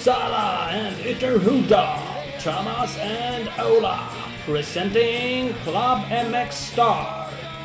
Uppsala and Ytterhuda, Thomas and Ola, presenting Club MX Star.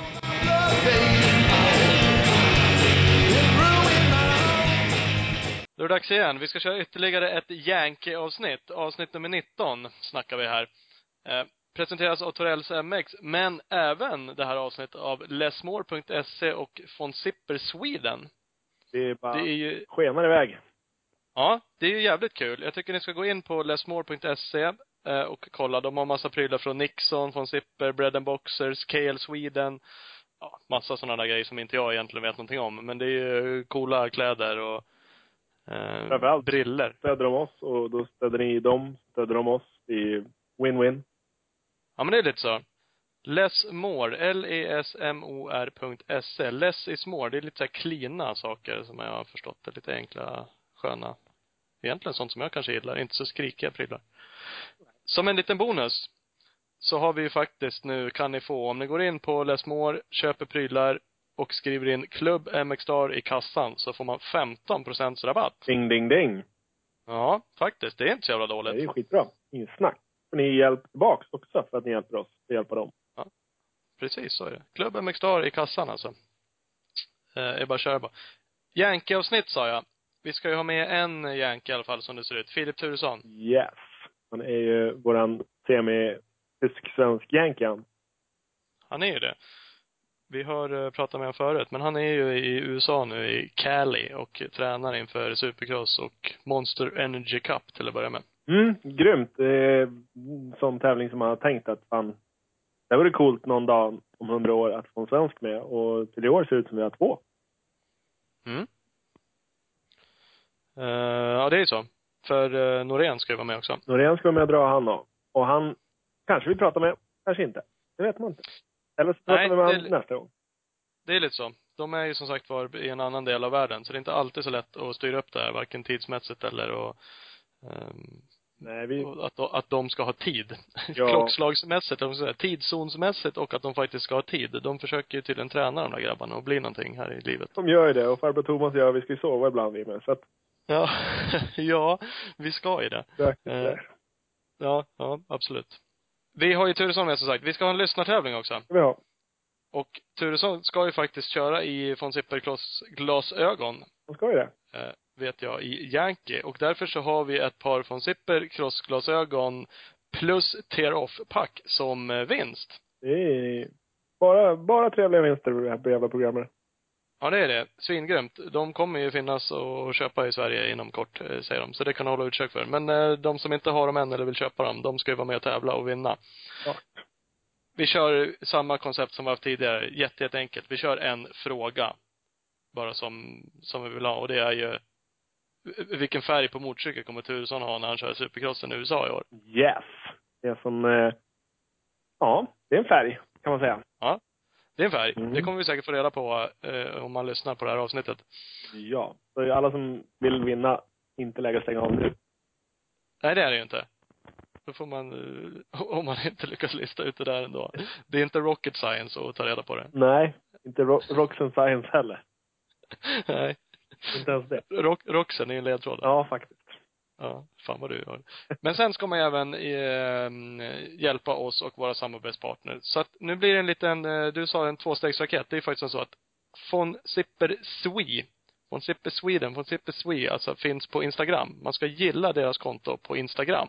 Då är det dags igen. Vi ska köra ytterligare ett Yankee-avsnitt. Avsnitt nummer 19 snackar vi här. Presenteras av Torells MX, men även det här avsnittet av lesmore.se och von Zipper Sweden. Det är bara det är ju... skenar iväg. Ja, det är ju jävligt kul. Jag tycker ni ska gå in på lesmore.se och kolla. De har massa prylar från Nixon, von Zipper, Bread and Boxers, KL Sweden. Ja, massa sådana där grejer som inte jag egentligen vet någonting om. Men det är ju coola kläder och briller. Stöder de oss och då stöder ni dem, stöder de oss. I win-win. Ja, men det är lite så. Lesmore, lesmor.se. Less is more. Det är lite så här cleana saker som jag har förstått. Det är lite enkla, sköna. Egentligen sånt som jag kanske gillar. Inte så skrikiga prylar. Som en liten bonus så har vi ju faktiskt nu, kan ni få, om ni går in på Lesmore, köper prylar och skriver in Club MX Star i kassan, så får man 15% rabatt. Ding, ding, ding. Ja, faktiskt. Det är inte så jävla dåligt. Det är ju skitbra. Ingen snack. För ni hjälper tillbaka också för att ni hjälper oss att hjälpa dem. Ja, precis så är det. Club MX Star i kassan alltså. Är bara att köra på. Yankee-avsnitt sa jag. Vi ska ju ha med en Yankee i alla fall som det ser ut. Filip Turesson. Yes. Han är ju våran semi-tysk-svensk Yankee. Han är ju det. Vi har pratat med honom förut, men han är ju i USA nu, i Cali, och tränar inför Supercross och Monster Energy Cup till att börja med. Grymt. Det är en sån tävling som man har tänkt att fan, det vore coolt någon dag om 100 år att få en svensk med. Och till i år ser det ut som vi har 2. Ja, det är så. För Norén ska ju vara med också. Norén ska vara med och dra han av. Och han kanske vi pratar med, kanske inte. Det vet man inte. Eller så pratar vi med han nästa gång. Det är lite så. De är ju som sagt var i en annan del av världen. Så det är inte alltid så lätt att styra upp det här. Varken tidsmässigt eller att de ska ha tid. Ja. Klockslagsmässigt, tidszonsmässigt, och att de faktiskt ska ha tid. De försöker ju tydligen träna de där grabbarna och bli någonting här i livet. De gör ju det. Och farbror Thomas och jag, vi ska ju sova ibland vi med. Så att... Ja, ja, vi ska ju det. Ja, absolut. Vi har ju Turesson med, som sagt. Vi ska ha en lyssnartävling också. Ja. Och Turesson ska ju faktiskt köra i von Zipper glasögon. De ska ju det. Vet jag, i Yankee. Och därför så har vi ett par von Zipper crossglasögon plus tear-off-pack som vinst. Det är bara trevliga vinster på det här jävla programmet. Ja, det är det. Svingrymt. De kommer ju finnas och köpa i Sverige inom kort, säger de. Så det kan hålla utkök för. Men de som inte har dem än eller vill köpa dem, de ska ju vara med och tävla och vinna. Ja. Vi kör samma koncept som vi haft tidigare. Jätteenkelt. Vi kör en fråga. Bara som vi vill ha. Och det är ju: vilken färg på motorcykel kommer Turesson ha när han kör Supercrossen i USA i år? Yes. Det är som ja, det är en färg kan man säga. Ja, det är en färg. Det kommer vi säkert få reda på om man lyssnar på det här avsnittet. Ja, så alla som vill vinna, inte lägga stänga av nu. Nej, det är det ju inte. Då får man, om man inte lyckas lista ut det där ändå. Det är inte rocket science att ta reda på det. Nej, inte Roxen Science heller. Nej. Inte ens det. Roxen är en ledtråd. Ja, faktiskt. Ja, fan vad du gör. Men sen ska man även hjälpa oss och våra samarbetspartner. Så att nu blir det en liten, du sa en 2-stegsraket. Det är faktiskt så att von Zipper Sweden, von Zipper Sweden, alltså finns på Instagram. Man ska gilla deras konto på Instagram.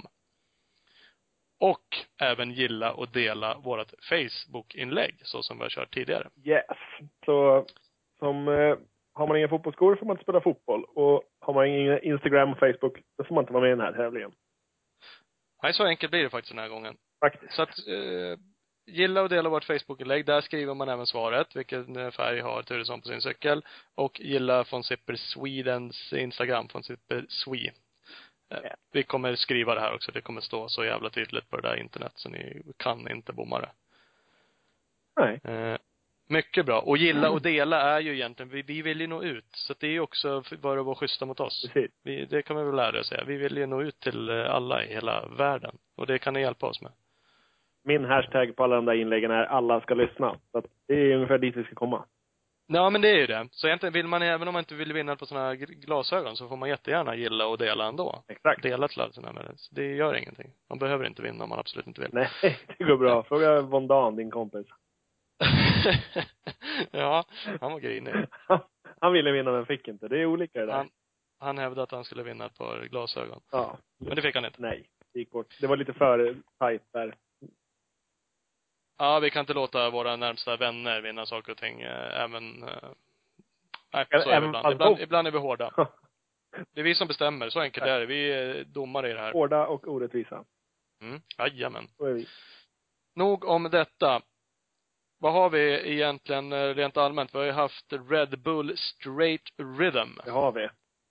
Och även gilla och dela vårat Facebook-inlägg, så som vi har kört tidigare. Yes. Så som har man inga fotbollsskor får man inte spela fotboll. Och har man ingen Instagram och Facebook, då får man inte vara med i den här tävlingen. Nej, så enkelt blir det faktiskt den här gången. Faktiskt. Så att gilla och dela vårt Facebook-inlägg. Där skriver man även svaret, vilken färg har Turesson på sin cykel. Och gilla von Zipper Swedens Instagram, von Zipper Sweden. Vi kommer skriva det här också. Det kommer stå så jävla tydligt på det där internet, så ni kan inte bomma det. Nej. Mycket bra. Och gilla och dela är ju egentligen, vi vill ju nå ut. Så det är ju också bara att vara schyssta mot oss. Precis. Det kan vi väl lära oss säga. Vi vill ju nå ut till alla i hela världen. Och det kan ni hjälpa oss med. Min hashtag på alla de där inläggen är alla ska lyssna. Så att det är ungefär dit vi ska komma. Ja, men det är ju det. Så egentligen vill man, även om man inte vill vinna på såna här glasögon, så får man jättegärna gilla och dela ändå. Exakt. Dela till sina med det. Så det gör ingenting. Man behöver inte vinna om man absolut inte vill. Nej, det går bra. Fråga Von Dan, din kompis. Ja, han var grinig. Han ville vinna men fick inte. Det är olika det där. Han hävdade att han skulle vinna ett par glasögon. Ja. Men det fick han inte. Nej, det gick bort. Det var lite för tajt där. Ja, vi kan inte låta våra närmsta vänner vinna saker och ting. Nej, så är det ibland. Ibland är vi hårda. Det är vi som bestämmer. Så enkelt är det. Vi är domare i det här. Hårda och orättvisa. Jajamän. Så är vi. Nog om detta. Vad har vi egentligen rent allmänt? Vi har ju haft Red Bull Straight Rhythm. Det har vi.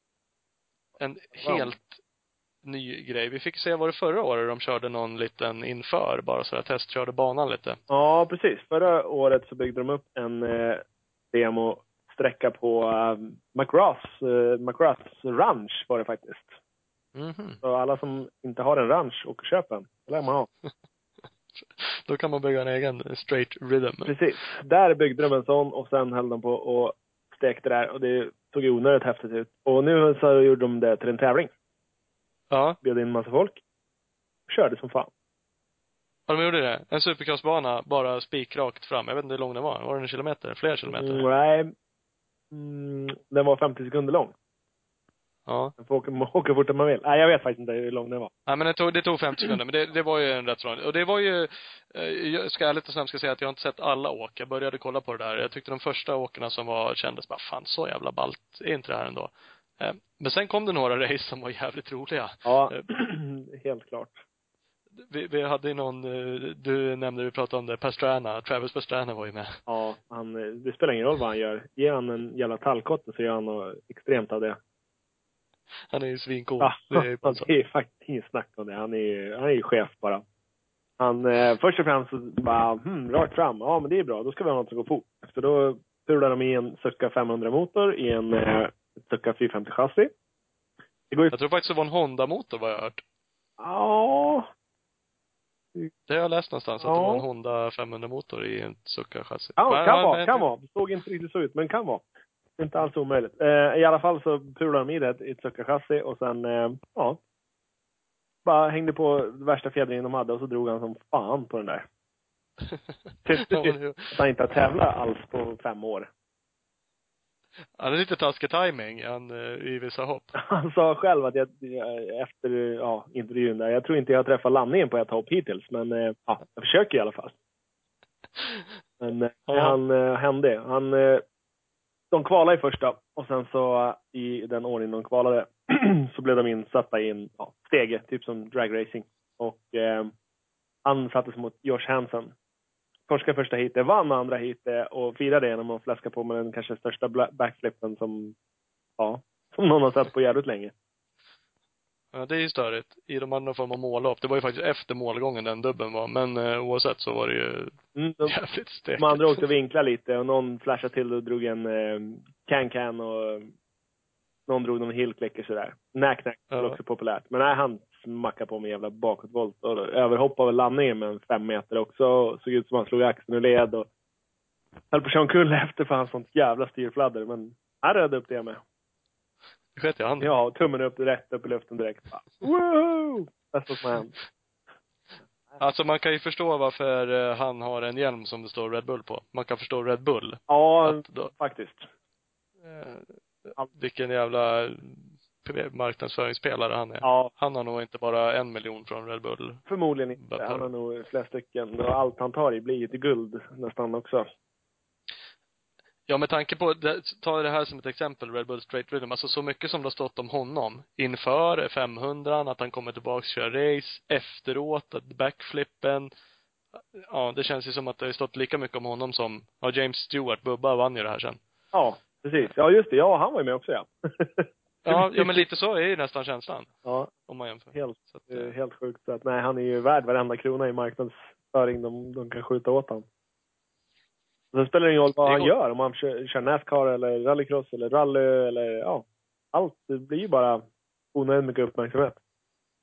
En helt ny grej. Vi fick se vad det förra året de körde någon liten inför. Bara så att testkörde banan lite. Ja, precis. Förra året så byggde de upp en demo-sträcka på McGraths Ranch var det faktiskt. Mm-hmm. Så alla som inte har en ranch och köper en, det lär man ha. Då kan man bygga en egen straight rhythm. Precis. Där byggde de en sån och sen höll de på och stekte där. Och det såg ju onödigt häftigt ut. Och nu så gjorde de det till en tävling. Ja. Bjöd in en massa folk. Körde som fan. Ja, de gjorde det. En supercrossbana, bara spikrakt fram. Jag vet inte hur lång den var. Var den en kilometer? Flera kilometer? Nej. Den var 50 sekunder lång. Ja. Man får åka fort om man vill. Nej, jag vet faktiskt inte hur lång den var. Nej, men det tog 50 sekunder. Men det var ju en rätt lång. Och det var ju, jag ska ärligt och snabbt säga att jag har inte sett alla åk. Jag började kolla på det där. Jag tyckte de första åkerna som kändes bara, fan så jävla ballt är inte det här ändå. Men sen kom det några race som var jävligt roliga. Ja, helt klart. Vi hade ju någon, du nämnde, vi pratade om det, Travis Pastrana var ju med. Ja, det spelar ingen roll vad han gör. Ger han en jävla tallkotte så gör han något extremt av det. Han är ju svincool. Ja, det är faktiskt inget snack om det. Han är ju chef bara. Han, först och främst så bara, rakt fram. Ja, men det är bra. Då ska vi ha något som går fort. Så då pular de i en Succa 500-motor i en Succa 450-chassi. Jag tror faktiskt det var en Honda-motor, vad jag har hört. Ja. Det har jag läst någonstans, att det var en Honda 500-motor i en Succa-chassi. Ja, kan vara. Det såg inte riktigt så ut, men kan vara. Det är inte alls omöjligt. I alla fall så pulade de i det i ett Succa-chassi och sen, bara hängde på värsta fjädringen de hade och så drog han som fan på den där. Att han inte har tävlat alls på 5 år. Han är lite taskig timing i vissa hopp. Han sa själv att efter intervjun där, jag tror inte jag har träffat landningen på ett hopp hittills, men jag försöker i alla fall. Men han hände. De kvalade i första och sen så i den ordningen de kvalade så blev de insatta i en stege, typ som dragracing. Och han sattes mot Josh Hansen. Torska första heatet, vann andra heatet och firade genom att fläska på med den kanske största backflippen som någon har sett på jävligt länge. Ja, det är ju störigt. I de andra får man måla upp. Det var ju faktiskt efter målgången den dubben var. Men oavsett så var det ju jävligt stekt. De andra åkte och vinkla lite och någon flashade till och drog en can och någon drog någon hillklicker sådär. Nack var också populärt. Men nej, han smackade på med jävla bakåtvolt och överhoppade landningen med 5 meter också. Och såg ut som han slog axeln ur led och höll på att köra en kull efter för han sånt jävla styrfladder. Men han räddade upp det med. Det sket jag han. Ja, tummen upp rätt upp i luften direkt. Wow! Bästa som har hänt. Alltså man kan ju förstå varför han har en hjälm som det står Red Bull på. Man kan förstå Red Bull. Ja, faktiskt. Vilken jävla marknadsföringspelare han är. Ja. Han har nog inte bara 1 miljon från Red Bull. Förmodligen inte. Han har nog flera stycken. Och allt han tar i blir ju till guld nästan också. Ja, med tanke på, ta det här som ett exempel, Red Bull Straight Rhythm. Alltså så mycket som det har stått om honom. Inför 500, att han kommer tillbaka och kör race. Efteråt, att backflippen. Ja, det känns ju som att det har stått lika mycket om honom som James Stewart. Bubba vann ju det här sen. Ja, precis. Ja, just det. Ja, han var ju med också, ja. Ja, men lite så är ju nästan känslan. Ja. Om man jämför. Helt sjukt. Så att, nej, han är ju värd varenda krona i marknadsföring de kan skjuta åt han. Sen spelar det ingen roll vad han gör. Om han kör NASCAR eller rallycross eller rally eller allt. Det blir ju bara onödigt mycket uppmärksamhet.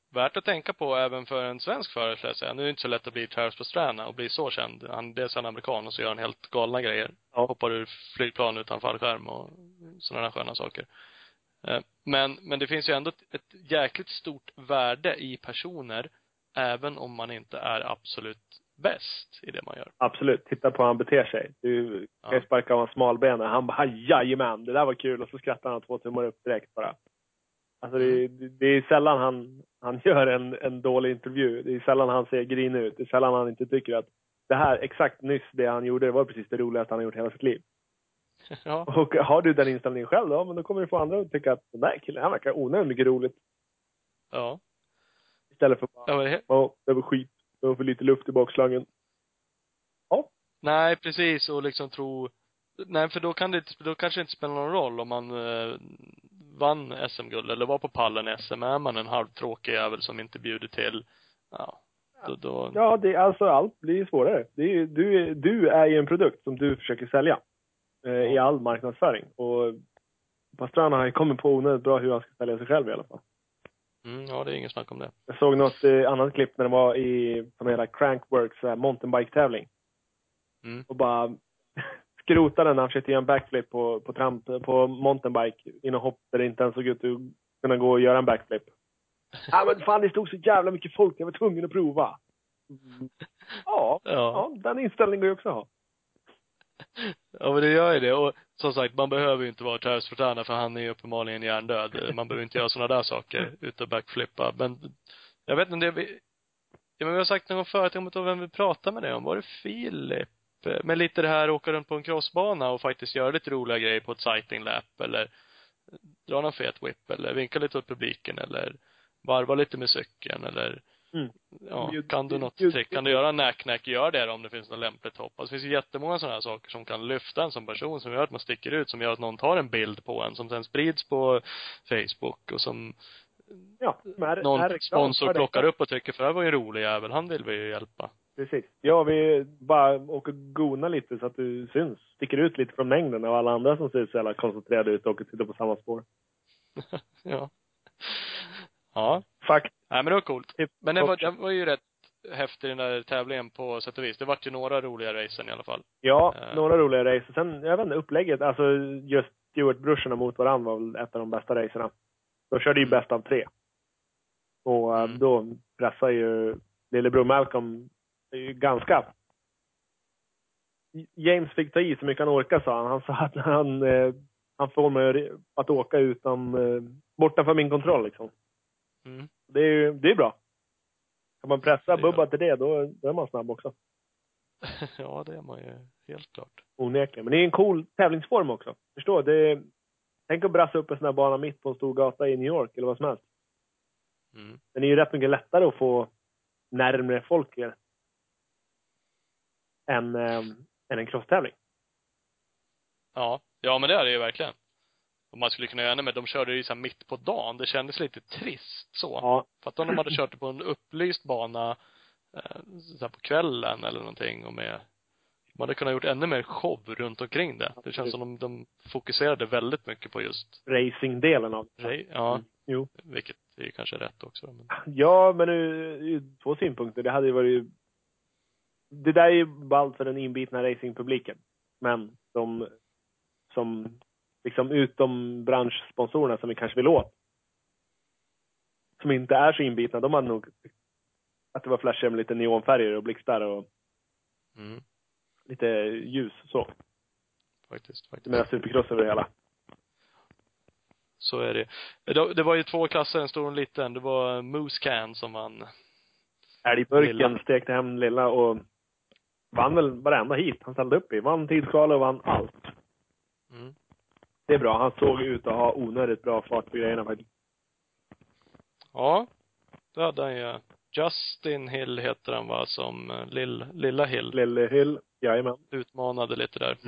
värt att tänka på även för en svensk förare, skulle jag säga. Nu är det inte så lätt att bli Travis Pastrana och bli så känd. Dels är han amerikan och så gör han helt galna grejer. Ja. Hoppar ur flygplan utan fallskärm och sådana där sköna saker. Men det finns ju ändå ett jäkligt stort värde i personer, även om man inte är absolut bäst i det man gör. Absolut. Titta på hur han beter sig. Du kan ju sparka av en smalben. Han bara, jajamän, det där var kul. Och så skrattar han 2 tummar upp direkt bara. Alltså det är sällan han gör en dålig intervju. Det är sällan han ser grin ut. Det är sällan han inte tycker att det här, exakt nyss det han gjorde, det var precis det roligaste han har gjort hela sitt liv. Ja. Och har du den inställningen själv då, men då kommer du få andra att tycka att den där killen, han verkar onödigt mycket roligt. Ja. Istället för bara, det var skit. Det var för lite luft i bakslangen. Ja. Nej, precis. Och liksom nej, för då kanske det inte spelar någon roll om man vann SM-guld eller var på pallen i SM. Är man en halvtråkig jävel som inte bjuder till, då... Ja, det är alltså, allt blir svårare. Du är ju en produkt som du försöker sälja i all marknadsföring. Och Pastrana har ju kommit på onödigt bra hur han ska sälja sig själv i alla fall. Ja, det är ingen snack om det. Jag såg något annat klipp när det var på en hela Crankworks mountainbike-tävling. Och bara skrotade när han försökte göra en backflip på mountainbike i något hopp där det inte ens såg ut att kunna gå och göra en backflip. Men fan, det stod så jävla mycket folk. Jag var tvungen att prova. Ja, den inställningen går ju också att ha. Ja, men det gör ju det. Och som sagt, man behöver ju inte vara Travis Pastrana, för han är ju uppenbarligen hjärndöd. Man behöver inte göra sådana där saker ut och backflippa. Men jag vet inte, vi har sagt någon gång förut, jag kommer inte ihåg vem vi pratade med det om. Var det Filip? Med lite det här, åka runt på en crossbana och faktiskt göra lite roliga grejer på ett sighting lap, eller dra någon fet whip, eller vinka lite åt publiken, eller varva lite med cykeln, eller kan du något trick, kan du göra näck, gör det då, om det finns något lämpligt hopp. Alltså, det finns ju jättemånga sådana här saker som kan lyfta en som person, som gör att man sticker ut, som gör att någon tar en bild på en, som sen sprids på Facebook, och som någon sponsor plockar upp och tycker, för det var ju en rolig jävel, han vill vi ju hjälpa. Precis. Ja, vi bara åker gona lite så att du syns. Sticker ut lite från mängden av alla andra som ser så jävla koncentrerade ut och sitter på samma spår. Ja. Fakt. Nej, men det var coolt. Men det var ju rätt häftig, den där tävlingen på sätt och vis. Det var ju några roliga racen i alla fall. Ja, några roliga race. Sen, jag vet inte, upplägget, alltså just Stewart-brorsorna mot varandra var väl ett av de bästa racerna. Då körde ju bäst av 3. Och då pressar ju lillebror Malcolm ganska. James fick ta i så mycket han orkar, sa han. Han sa att han får mig att åka utan bortanför min kontroll liksom. Det är bra. Kan man pressa Bubba till det, då är man snabb också. Ja, det är man ju helt klart. Onekligen. Men det är en cool tävlingsform också. Förstå, tänk att brassa upp en sån här bana mitt på en stor gata i New York eller vad som helst. Den är ju rätt mycket lättare att få närmare folk än en crosstävling. Ja, men det är det ju verkligen. Och man skulle kunna göra det, med de körde ju så här mitt på dagen. Det kändes lite trist så. Ja. För att de hade kört det på en upplyst bana så här på kvällen eller någonting, och man hade kunnat gjort ännu mer show runt omkring det. Det känns som de fokuserade väldigt mycket på just racingdelen av det. Ja. Jo. Vilket är kanske rätt också. Men... Ja, men nu 2 synpunkter. Det hade ju varit, det där är ju ballt för den inbitna racingpubliken. Men de som liksom utom branschsponsorerna som vi kanske vill åt, som inte är så inbitna, de hade nog att det var flashar med lite neonfärger och blixtar och lite ljus så. Faktiskt. Med supercross över det hela. Så är det. Det var ju 2 klasser, en stor och en liten. Det var Moose Can som vann. Älgburken stekte hem lilla och vann väl varenda hit han ställde upp i. Vann tidsskala och vann allt. Det är bra. Han såg ut att ha onödigt bra fart på grejerna faktiskt. Ja. Det hade han ju. Justin Hill heter han, va, som Lilla Hill. Lille Hill, jajamän. Utmanade lite där.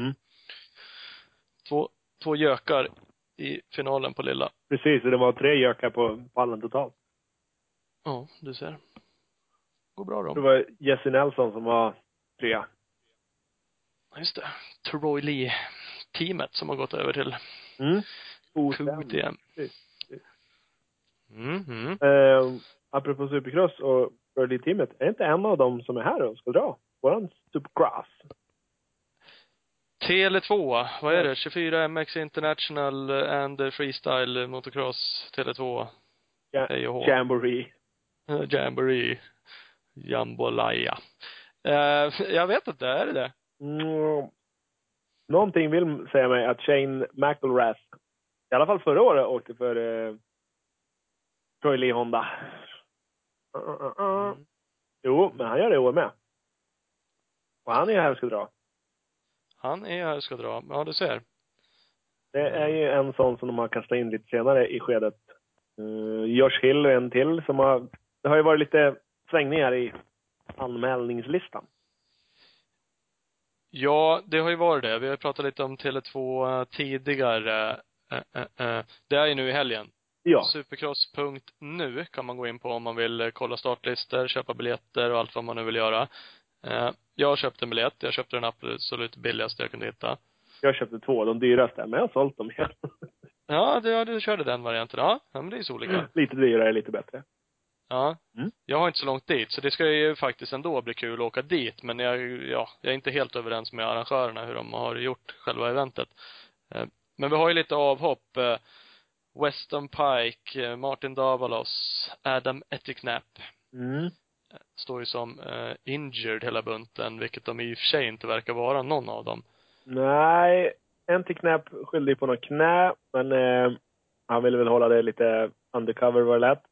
2 gökar i finalen på Lilla. Precis, det var 3 gökar på pallen totalt. Ja, du ser. Går bra då. Det var Jesse Nelson som var 3. Just det. Troy Lee-teamet som har gått över till QTM. apropå Supercross och Birdie-teamet, är inte en av dem som är här och ska dra? Våran Supercross. Tele2, vad är det? 24 MX International and Freestyle Motocross Tele2. Hej och hå. Jamboree. Jamboree. Jambolaya. Jag vet inte, är det? Någonting vill säga mig att Shane McElrath, i alla fall förra året, åkte för Troy Lee Honda. Jo, men han gör det i år med. Och han är här och ska dra. Han är här och ska dra. Ja, du ser. Det är ju en sån som de har kastat in lite senare i skedet. Josh Hill och en till som har... Det har ju varit lite svängningar i anmälningslistan. Ja, det har ju varit det. Vi har pratat lite om Tele2 tidigare. Det är ju nu i helgen. Ja. Supercross.nu kan man gå in på om man vill kolla startlistor, köpa biljetter och allt vad man nu vill göra. Jag har köpt en biljett. Jag köpte den absolut billigaste jag kunde hitta. Jag köpte 2, de dyraste, men jag har sålt dem igen. Ja, du körde den varianten. Ja, men det är så olika. Lite dyrare, lite bättre. Ja. Jag har inte så långt dit, så det ska ju faktiskt ändå bli kul att åka dit. Men jag är inte helt överens med arrangörerna hur de har gjort själva eventet. Men vi har ju lite avhopp. Weston Pike, Martin Davalos, Adam Eticknap. Står ju som injured hela bunten, vilket de i och för sig inte verkar vara någon av dem. Nej, Eticknap skyllde på något knä, men han ville väl hålla det lite undercover var det lätt.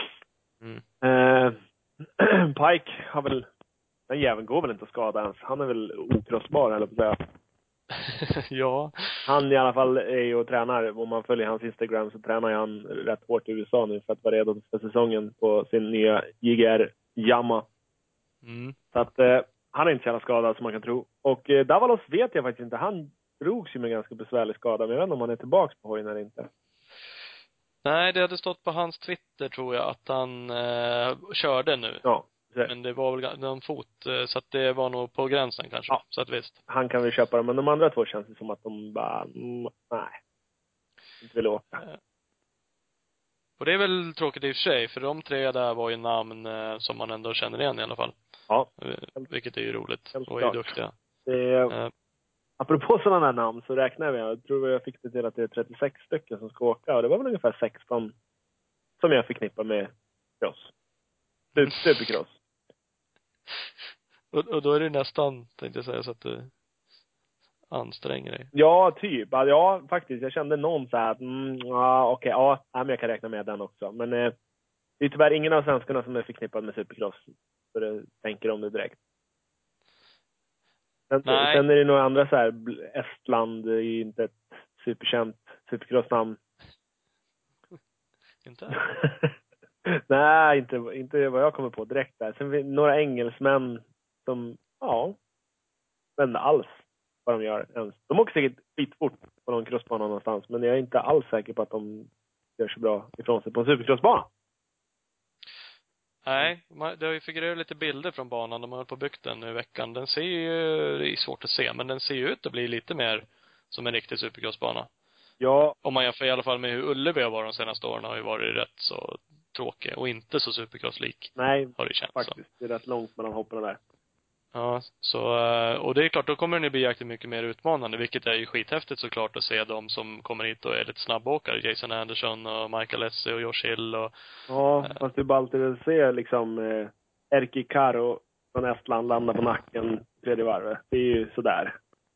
Pike har väl, den jäveln går väl inte att skada ens. Han är väl okrossbar, eller på att säga. Ja. Han i alla fall är ju och tränar. Om man följer hans Instagram så tränar han rätt hårt i USA nu för att vara redo för säsongen på sin nya JGR Yamaha. Så att han är inte så jävla skadad som man kan tro. Och Davalos vet jag faktiskt inte. Han drogs ju med ganska besvärlig skada, men jag vet inte om han är tillbaka på hojen eller inte. Nej, det hade stått på hans Twitter tror jag att han körde nu. Ja. Men det var väl någon fot, så att det var nog på gränsen kanske. Ja. Så att visst. Han kan väl köpa dem, men de andra två känns det som att de bara, nej. Inte vill åka. Och det är väl tråkigt i och för sig, för de tre där var ju namn som man ändå känner igen i alla fall. Ja. Vilket är ju roligt. Och är duktiga. Apropå sådana här namn så räknar jag tror jag fick det till att det är 36 stycken som ska åka. Och det var väl ungefär 16 som jag förknippar med cross. Supercross. Och då är det nästan, tänkte jag säga, så att du anstränger dig. Ja, typ. Ja, faktiskt. Jag kände någon så här att, men jag kan räkna med den också. Men det är tyvärr ingen av svenskarna som är förknippad med Supercross. Så det tänker om det direkt. Sen är det några andra så här, Estland är ju inte ett superkänt Supercross-namn. Inte? Nej, inte vad jag kommer på direkt där. Sen några engelsmän som, vet inte alls vad de gör ens. De åker säkert skitfort på någon crossbana någonstans, men jag är inte alls säker på att de gör så bra ifrån sig på en supercrossbana. Nej, det har ju figurerat lite bilder från banan. De har hållit på byggt den nu i veckan. Den ser ju, det är svårt att se, men den ser ju ut att bli lite mer som en riktig supercrossbana. Ja. Om man jämför i alla fall med hur Ullevi har varit de senaste åren, har ju varit rätt så tråkig och inte så supercrosslik. Nej, har det känts faktiskt. Som. Det är rätt långt mellan hoppen där. Ja, så, och det är klart, då kommer den ju bli jäkligt mycket mer utmanande, vilket är ju skithäftigt såklart att se de som kommer hit och är lite snabbåkare. Jason Anderson och Michael Essie och Josh Hill och... Ja, fast det är bara alltid att se liksom Erkki Karo från Estland landa på nacken tredje varvet. Det är ju sådär.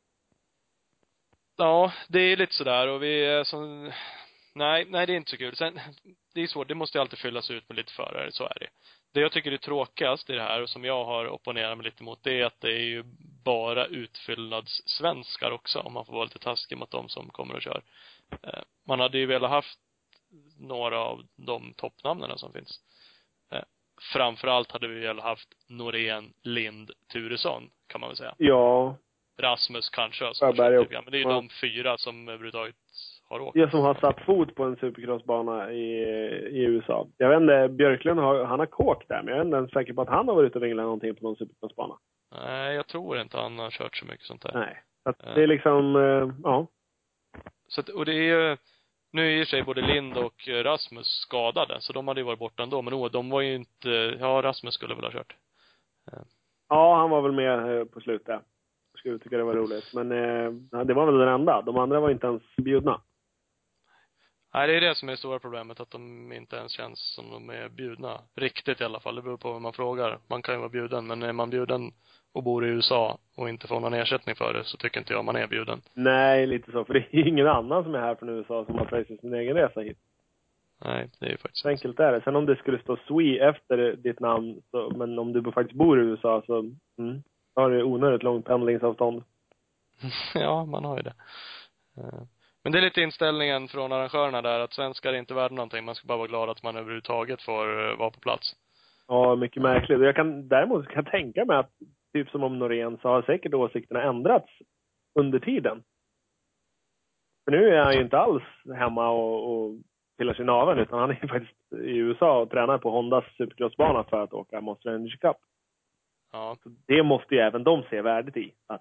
Ja, det är lite sådär och vi är som... Nej, det är inte så kul. Sen, det är svårt, det måste ju alltid fyllas ut med lite förare, så är det. Det jag tycker är tråkigast i det här och som jag har opponerat mig lite mot, det är att det är ju bara utfyllnadssvenskar också, om man får vara lite taskig mot de som kommer och kör. Man hade ju velat haft några av de toppnamnen som finns. Framförallt hade vi velat haft Norén, Lind, Turesson, kan man väl säga. Ja. Rasmus kanske. Men det är ju de 4 som överhuvudtaget har åkt. Jag som har satt fot på en supercrossbana i USA. Jag vet inte, Björklund han har kåk där, men jag är inte ens säker på att han har varit ute och vinglat någonting på någon supercrossbana. Nej, jag tror inte han har kört så mycket sånt där. Nej. Så att det är liksom, ja. Så att, och det är ju, Nu är i sig både Lind och Rasmus skadade, så de hade ju varit borta ändå. Men de var ju inte, ja, Rasmus skulle väl ha kört. Ja, han var väl med på slutet. Jag skulle tycka det var roligt. Men det var väl den enda. De andra var inte ens bjudna. Nej, det är det som är det stora problemet, att de inte ens känns som de är bjudna. Riktigt i alla fall, det beror på vad man frågar. Man kan ju vara bjuden, men är man bjuden och bor i USA och inte får någon ersättning för det, så tycker inte jag man är bjuden. Nej, lite så. För det är ingen annan som är här från USA som har pröjsat sin egen resa hit. Nej, det är ju faktiskt Så enkelt är det. Sen om det skulle stå Swe efter ditt namn, så, men om du faktiskt bor i USA så har du onödigt långt pendlingsavstånd. Ja, man har ju det. Men det är lite inställningen från arrangörerna där, att svenskar är inte värda någonting. Man ska bara vara glad att man överhuvudtaget får vara på plats. Ja, mycket märkligt. Och jag kan däremot kan tänka mig att typ som om Norén så har säkert åsikterna ändrats under tiden. För nu är han ju inte alls hemma och pillar sin naveln, utan han är ju faktiskt i USA och tränar på Hondas supercrossbana för att åka Monster Energy Cup. Ja. Så det måste ju även de se värdet i. Att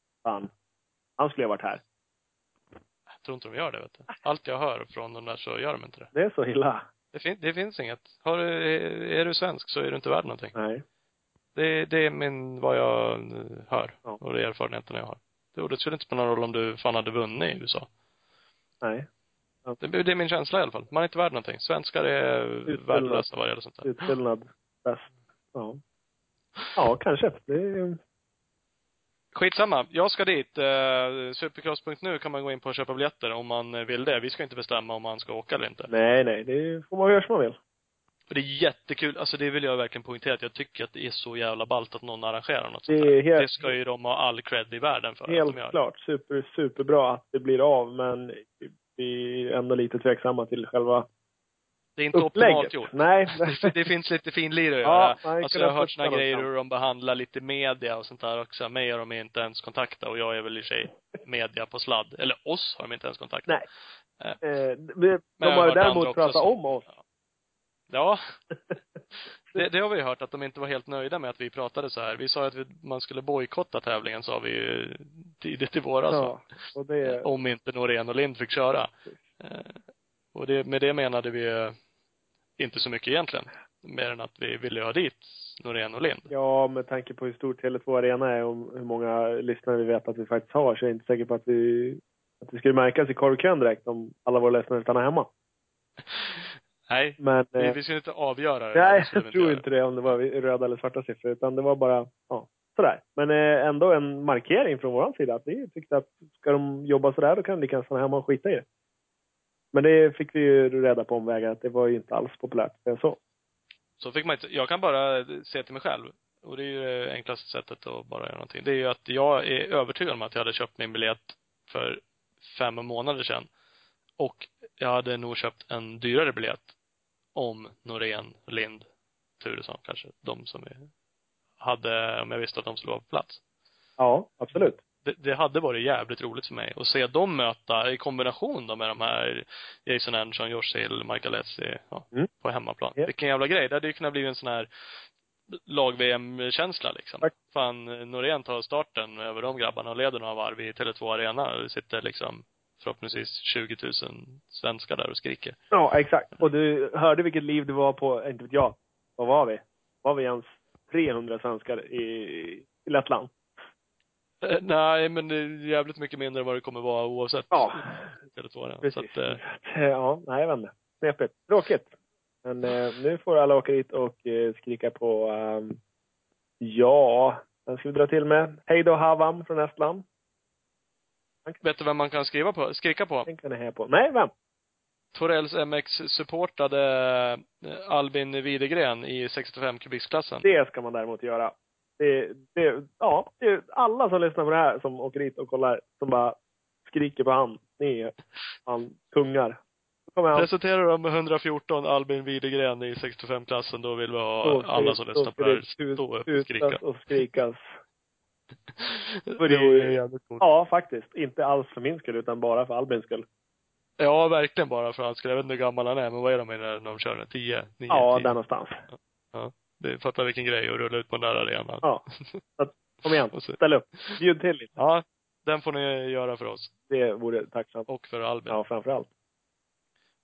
han skulle ha varit här. Jag tror inte de gör det, vet du. Allt jag hör från de där så gör de inte det. Det är så illa. Det finns inget. Är du svensk så är du inte värd någonting. Nej. Det är vad jag hör. Ja. Och det erfarenheten jag har. Det skulle inte spela någon roll om du fan hade vunnit i USA. Nej. Ja. Det är min känsla i alla fall. Man är inte värd någonting. Svenskar är värdelösa vad det gäller sånt där. Utfyllnad bäst. Ja. Ja, kanske. Det är... Skitsamma. Jag ska dit. Supercross.nu kan man gå in på och köpa biljetter om man vill det. Vi ska inte bestämma om man ska åka eller inte. Nej. Det får man göra som man vill. Och det är jättekul. Alltså det vill jag verkligen poängtera, att jag tycker att det är så jävla ballt att någon arrangerar något sånt där. Det ska ju de ha all cred i världen för. Helt klart. Superbra att det blir av, men vi är ändå lite tveksamma till själva det är inte upplägget. Optimalt gjort. Nej. Det finns lite finlir att göra. Ja, alltså jag har hört såna grejer hur de behandlar lite media och sånt där också. Mig har de inte ens kontaktat, och jag är väl i sig media på sladd. Eller oss har de inte ens kontaktat. Nej. De har ju däremot pratat om oss. Ja. Det har vi hört, att de inte var helt nöjda med att vi pratade så här. Vi sa att man skulle bojkotta tävlingen, sa vi ju tidigt i våras. Ja, och det... Om inte Norén och Lind fick köra. Och med det menade vi inte så mycket egentligen. Mer än att vi ville ha dit Norén och Lind. Ja, med tanke på hur stor Tele2 Arena är och hur många lyssnare vi vet att vi faktiskt har, så är jag inte säker på att det skulle märkas i korvkön direkt om alla våra lyssnare stannar hemma. Nej, men vi skulle inte avgöra det. Nej, jag tror inte det om det var röda eller svarta siffror, utan det var bara, sådär. Men ändå en markering från vår sida att vi tyckte att ska de jobba sådär, då kan de lika gärna stanna hemma och skita i det. Men det fick vi ju reda på omvägar, att det var ju inte alls populärt. Så fick man inte, jag kan bara se till mig själv. Och det är ju det enklaste sättet att bara göra någonting. Det är ju att jag är övertygad om att jag hade köpt min biljett för 5 månader sedan. Och jag hade nog köpt en dyrare biljett om Norén, Lind, Turesson kanske. De som hade, om jag visste att de skulle vara på plats. Ja, absolut. Det hade varit jävligt roligt för mig att se dem möta i kombination då med de här Jason Anderson, Josh Hill, Michael Essie på hemmaplan. Yeah. Vilken jävla grej. Det hade ju kunnat bli en sån här lag-VM-känsla liksom. Tack. Fan, Norén tar starten över de grabbarna och leder några varv i Tele2 Arena. Och det sitter liksom förhoppningsvis 20 000 svenskar där och skriker. Ja, exakt. Och du hörde vilket liv det var på, inte vet jag, vad var vi? Var vi ens 300 svenskar i Lettland? Nej, men det är jävligt mycket mindre än vad det kommer vara oavsett. Ja, precis. Så att, ja, nej, jag vet inte. Knepigt. Tråkigt. Men nu får alla åka dit och skrika på, den ska vi dra till med. Hej då Havam från Estland. Vet du vem man kan skrika på? Den kan ni heja på. Nej, vem? Torells MX supportade Albin Widegren i 65 kubiksklassen. Det ska man däremot göra. Det är alla som lyssnar på det här som åker dit och kollar som bara skriker på han kungar. Presenterar de med 140 Albin Widegren i 65-klassen, då vill vi ha alla som lyssnar på det här stå upp och skrika. Och skrikas. Det är jävligt coolt. Ja, faktiskt. Inte alls för min skull, utan bara för Albins skull. Ja, verkligen bara för hans skull. Jag vet inte hur gammal han är, men vad är de när de kör den? 10? 9? Ja, 10. där någonstans. Ja. Det fattar vilken grej att rulla ut på den där arenan. Ja. Kom igen, ställ upp. Bjud till lite. Ja, den får ni göra för oss. Det vore tacksamt. Och för Albin. Ja, framförallt.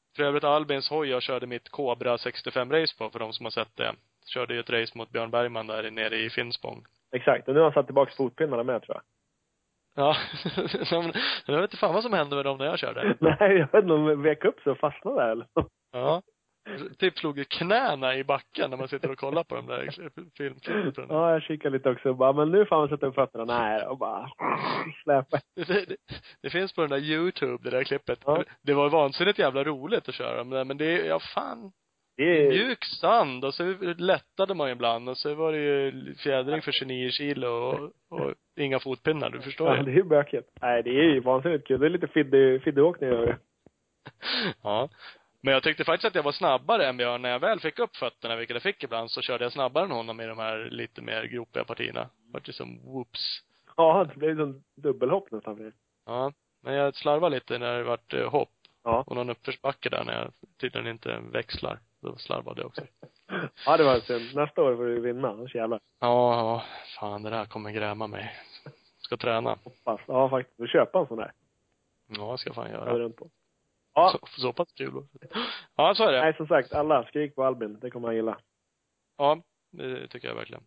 För övrigt Albins hoj jag körde mitt Cobra 65 race på, för de som har sett det. Körde ju ett race mot Björn Bergman där nere i Finspång. Exakt, och nu har han satt tillbaka fotpinnarna med, tror jag. Ja, jag vet inte fan vad som hände med dem när jag körde. Nej, jag vet inte om de vek upp sig och fastnade där eller. Ja. Typ slog ju knäna i backen när man sitter och kollar på de där filmklippen. Ja, jag kikar lite också och bara, men nu får man sätta upp fötterna. Nej, och bara släpa. Det finns på den där YouTube, det där klippet. Ja. Det var vansinnigt jävla roligt att köra. Men det är, ja fan. Det är... Mjuk sand och så lättade man ibland och så var det ju fjädring för 29 kilo och inga fotpinnar, du förstår Ja, ju. det är ju bökigt. Nej, det är ju vansinnigt kul. Det är lite fiddeåkning över det. Ja. Men jag tyckte faktiskt att jag var snabbare än Björn. När jag väl fick upp fötterna, vilket jag fick ibland, så körde jag snabbare än honom i de här lite mer gropiga partierna. Vart det som whoops. Ja, det blev som dubbelhopp nästan för det. Ja. Men jag slarvade lite när det vart hopp. Ja. Och någon uppförsbacke där när jag tydligen inte växlar. Då slarvade jag också. Ja, det var synd. Nästa år får du vinna. Så jävlar. Ja, fan det där kommer gräma mig. Ska träna. Hoppas. Ja, faktiskt. Du köpa en sån där. Ja, ska fan Jag göra. runt på. Ja. Så pass kul. Ja, så är det. Nej, som sagt, alla skrik på Albin. Det kommer han gilla. Ja, det tycker jag verkligen.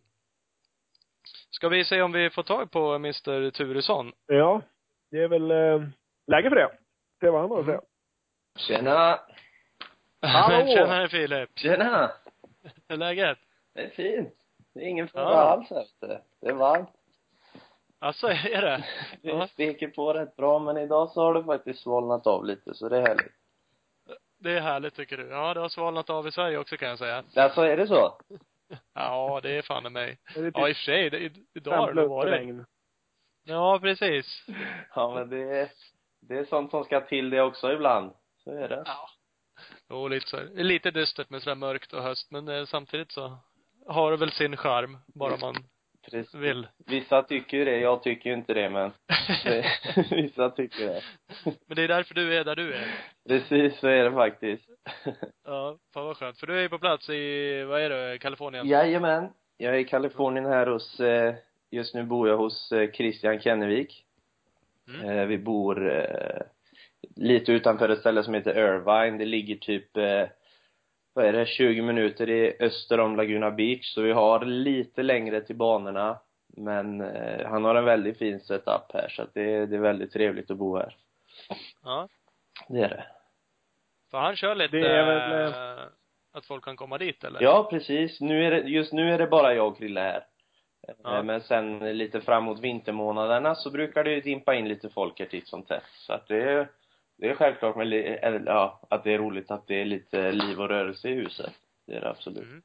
Ska vi se om vi får tag på Mr. Turesson? Ja, det är väl läge för det. Se vad han har att säga. Tjena! Hallå! Tjena Filip. Tjena! Hur är läget? Det är fint. Det är ingen fara Ja. alls efter. Det är varmt. Alltså, är det? Det Ja. steker på rätt bra, men idag så har det faktiskt svalnat av lite, så det är härligt. Det är härligt tycker du. Ja, det har svalnat av i Sverige också kan jag säga. Alltså, är det så? Ja, det är fan i mig. Är det typ Ja, i och för sig. Idag har det varit. regn. Ja, precis. Ja, men det är sånt som ska till det också ibland. Så är det. Ja. Jo, lite så. Det är lite dystert med sådär mörkt och höst, men samtidigt så har det väl sin charm, bara man Precis. vill. Vissa tycker ju det, jag tycker ju inte det, men vissa tycker det. Men det är därför du är där du är. Precis, så är det faktiskt. Ja, fan vad skönt. För du är ju på plats i, vad är det, Kalifornien? Jajamän. Jag är i Kalifornien här hos, just nu bor jag hos Christian Kennevik. Vi bor lite utanför ett ställe som heter Irvine. Det ligger typ, vad är det, 20 minuter i öster om Laguna Beach. Så vi har lite längre till banorna. Men han har en väldigt fin setup här, så att det är väldigt trevligt att bo här. Ja. Det är det. För han kör lite, Det är väl, att folk kan komma dit, eller? Ja, precis. Just nu är det bara jag och Krille här. Ja. Men sen lite framåt vintermånaderna så brukar det ju dimpa in lite folk här titt som tätt. Så att det är självklart att det är roligt att det är lite liv och rörelse i huset. Det är det absolut. Mm.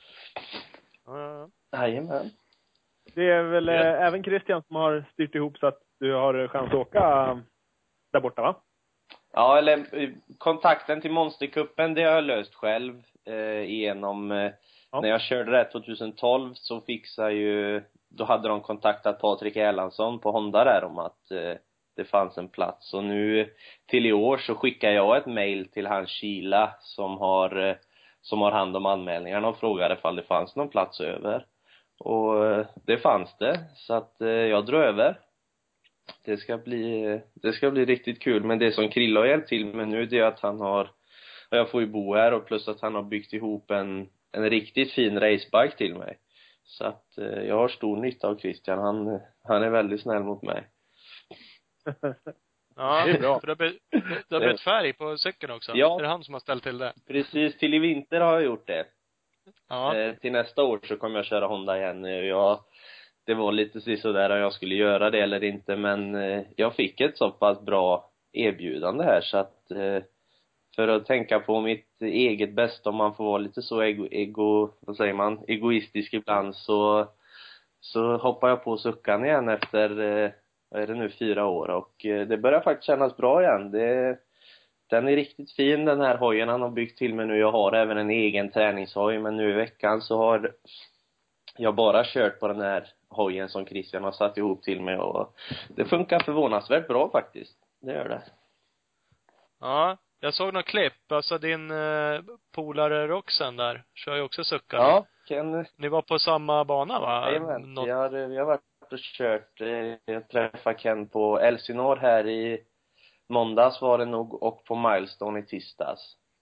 Ja. Jajamän. Det är väl även Christian som har styrt ihop så att du har chans att åka där borta, va? Ja, eller kontakten till Monstercupen, det har jag löst själv genom när jag körde det 2012 så då hade de kontaktat Patrik Erlandsson på Honda där om att det fanns en plats. Och nu till i år så skickar jag ett mail till hans Kila som har hand om anmälningarna och frågade ifall det fanns någon plats över. Och det fanns det, så att jag drar över. Det ska bli riktigt kul. Men det som Krille har hjälpt till med nu, det är att jag får ju bo här, och plus att han har byggt ihop en riktigt fin racebike till mig. Så att jag har stor nytta av Christian. Han är väldigt snäll mot mig. Ja, Det är bra. För du har bytt färg på cykeln också. Ja. Är det han som har ställt till det? Precis, till i vinter har jag gjort det. Ja. Till nästa år så kommer jag köra Honda igen. Det var lite så där om jag skulle göra det eller inte, men jag fick ett så pass bra erbjudande här, så att för att tänka på mitt eget bästa, om man får vara lite så egoistisk ibland, så hoppar jag på suckan igen efter vad är det nu, 4 år, och det börjar faktiskt kännas bra igen. Den är riktigt fin, den här hojen han har byggt till mig nu. Jag har även en egen träningshoj, men nu i veckan så har jag bara kört på den här hojen som Christian har satt ihop till mig, och det funkar förvånansvärt bra faktiskt. Det gör det. Ja, jag såg något klipp. Alltså din polare Roxen där kör ju också suckar. Ja, Ni var på samma bana, va? Jajamän. Vi har varit och kört. Jag träffade Ken på Elsinore här i måndags var det nog, och på Milestone i tisdags.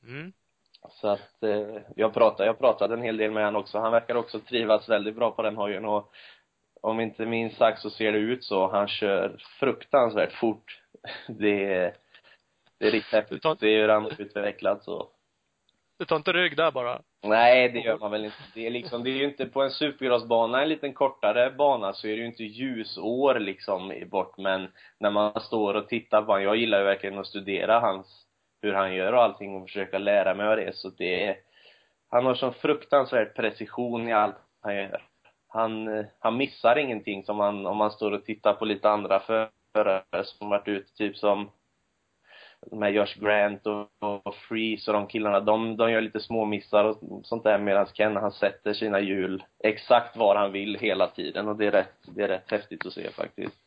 Mm. Så att jag pratade en hel del med han också. Han verkar också trivas väldigt bra på den hojen, och om inte minst sagt så ser det ut så. Han kör fruktansvärt fort. Det är riktigt häftigt. Det är hur han har utvecklats så. Du tar inte rygg där bara? Nej, det gör man väl inte. Det är ju inte på en supercrossbana, en liten kortare bana, så är det ju inte ljusår liksom bort. Men när man står och tittar på han, jag gillar ju verkligen att studera hur han gör och allting, och försöka lära mig av det. Så han har sån fruktansvärd precision i allt han gör. Han missar ingenting, som om man står och tittar på lite andra förare som varit ute, typ som de här Josh Grant och Freeze och de killarna, de gör lite små missar och sånt där, medan Ken, han sätter sina hjul exakt var han vill hela tiden, och det är rätt häftigt att se faktiskt.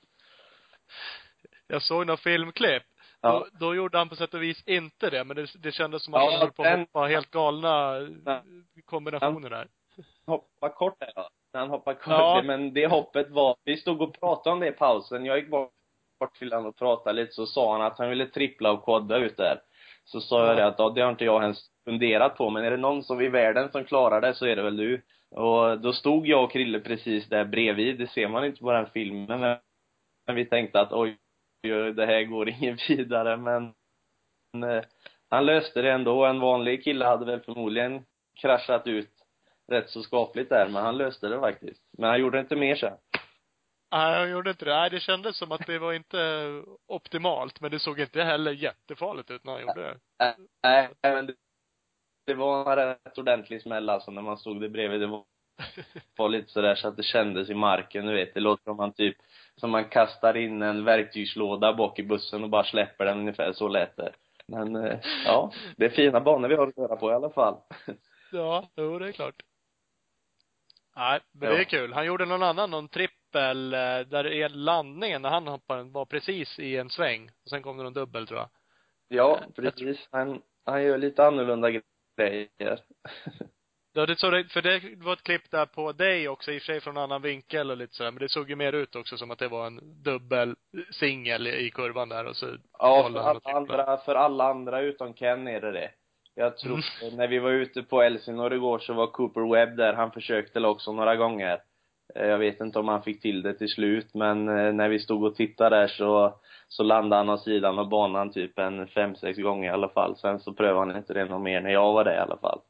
Jag såg några filmklipp. Ja. Då gjorde han på sätt och vis inte det, men det kändes som att han höll på att hoppa helt galna kombinationer där. Hoppa kort där, ja. Han hoppar kort, men det hoppet var, vi stod och pratade om det i pausen. Jag gick bort till han och pratade lite, så sa han att han ville trippla och kodda ut där. Så sa jag det att det har inte jag ens funderat på, men är det någon som i världen som klarar det, så är det väl du. Och då stod jag och Krille precis där bredvid. Det ser man inte på den filmen, men vi tänkte att oj, det här går ingen vidare. Men han löste det ändå. En vanlig kille hade väl förmodligen kraschat ut rätt så skapligt där, men han löste det faktiskt. Men han gjorde inte mer sen. Nej, jag gjorde inte det. Nej, det kändes som att det var inte optimalt, men det såg inte heller jättefarligt ut när han gjorde det. Nej, men det var en rätt ordentlig smäll alltså när man stod där bredvid. Det var lite sådär så att det kändes i marken, du vet. Det låter som man kastar in en verktygslåda bak i bussen och bara släpper den, ungefär så lät det. Men ja, det är fina banor vi har att göra på i alla fall. Ja, jo, det är klart. Nej, men det är kul. Han gjorde någon trippel där landningen när han hoppade var precis i en sväng. Och sen kom det någon dubbel, tror jag. Ja, precis. Han gör lite annorlunda grejer. Ja, för det var ett klipp där på dig också, i och för sig från en annan vinkel och lite sådär. Men det såg ju mer ut också som att det var en dubbel singel i kurvan där. Och så för alla andra utom Ken är det. Jag tror, när vi var ute på Elsinore igår så var Cooper Webb där. Han försökte också några gånger. Jag vet inte om han fick till det till slut, men när vi stod och tittade där så landade han av sidan av banan typ 5-6 gånger i alla fall. Sen så prövade han inte det någon mer när jag var där i alla fall.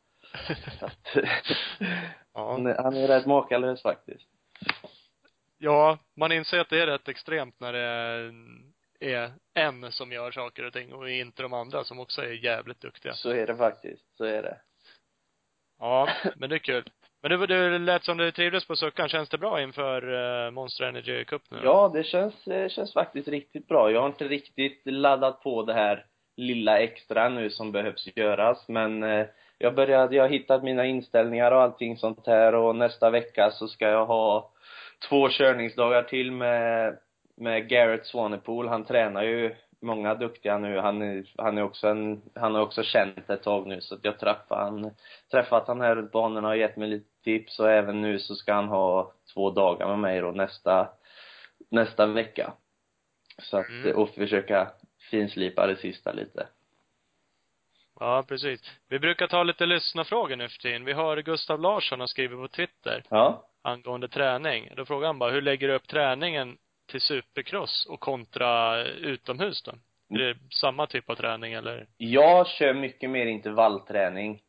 Ja. Han är rätt makalös faktiskt. Ja, man inser att det är rätt extremt när det är en som gör saker och ting och inte de andra som också är jävligt duktiga. Så är det faktiskt, så är det. Ja, men det är kul. Men det lät som du trivdes på Suckan. Känns det bra inför Monster Energy Cup nu? Ja, det känns faktiskt riktigt bra. Jag har inte riktigt laddat på det här lilla extra nu som behövs göras, men jag har hittat mina inställningar och allting sånt här, och nästa vecka så ska jag ha 2 körningsdagar till med Garrett Swanepoel. Han tränar ju många duktiga nu. Han har också känt ett tag nu, så att jag träffat han här runt banorna och gett mig lite tips, och även nu så ska han ha 2 dagar med mig då nästa vecka. Så att och försöka finslipa det sista lite. Ja, precis. Vi brukar ta lite lyssnarfrågor nu för tiden. Vi har Gustav Larsson har skrivit på Twitter angående träning. Då frågar han bara, hur lägger du upp träningen till supercross och kontra utomhus då? Är det samma typ av träning eller? Jag kör mycket mer intervallträning.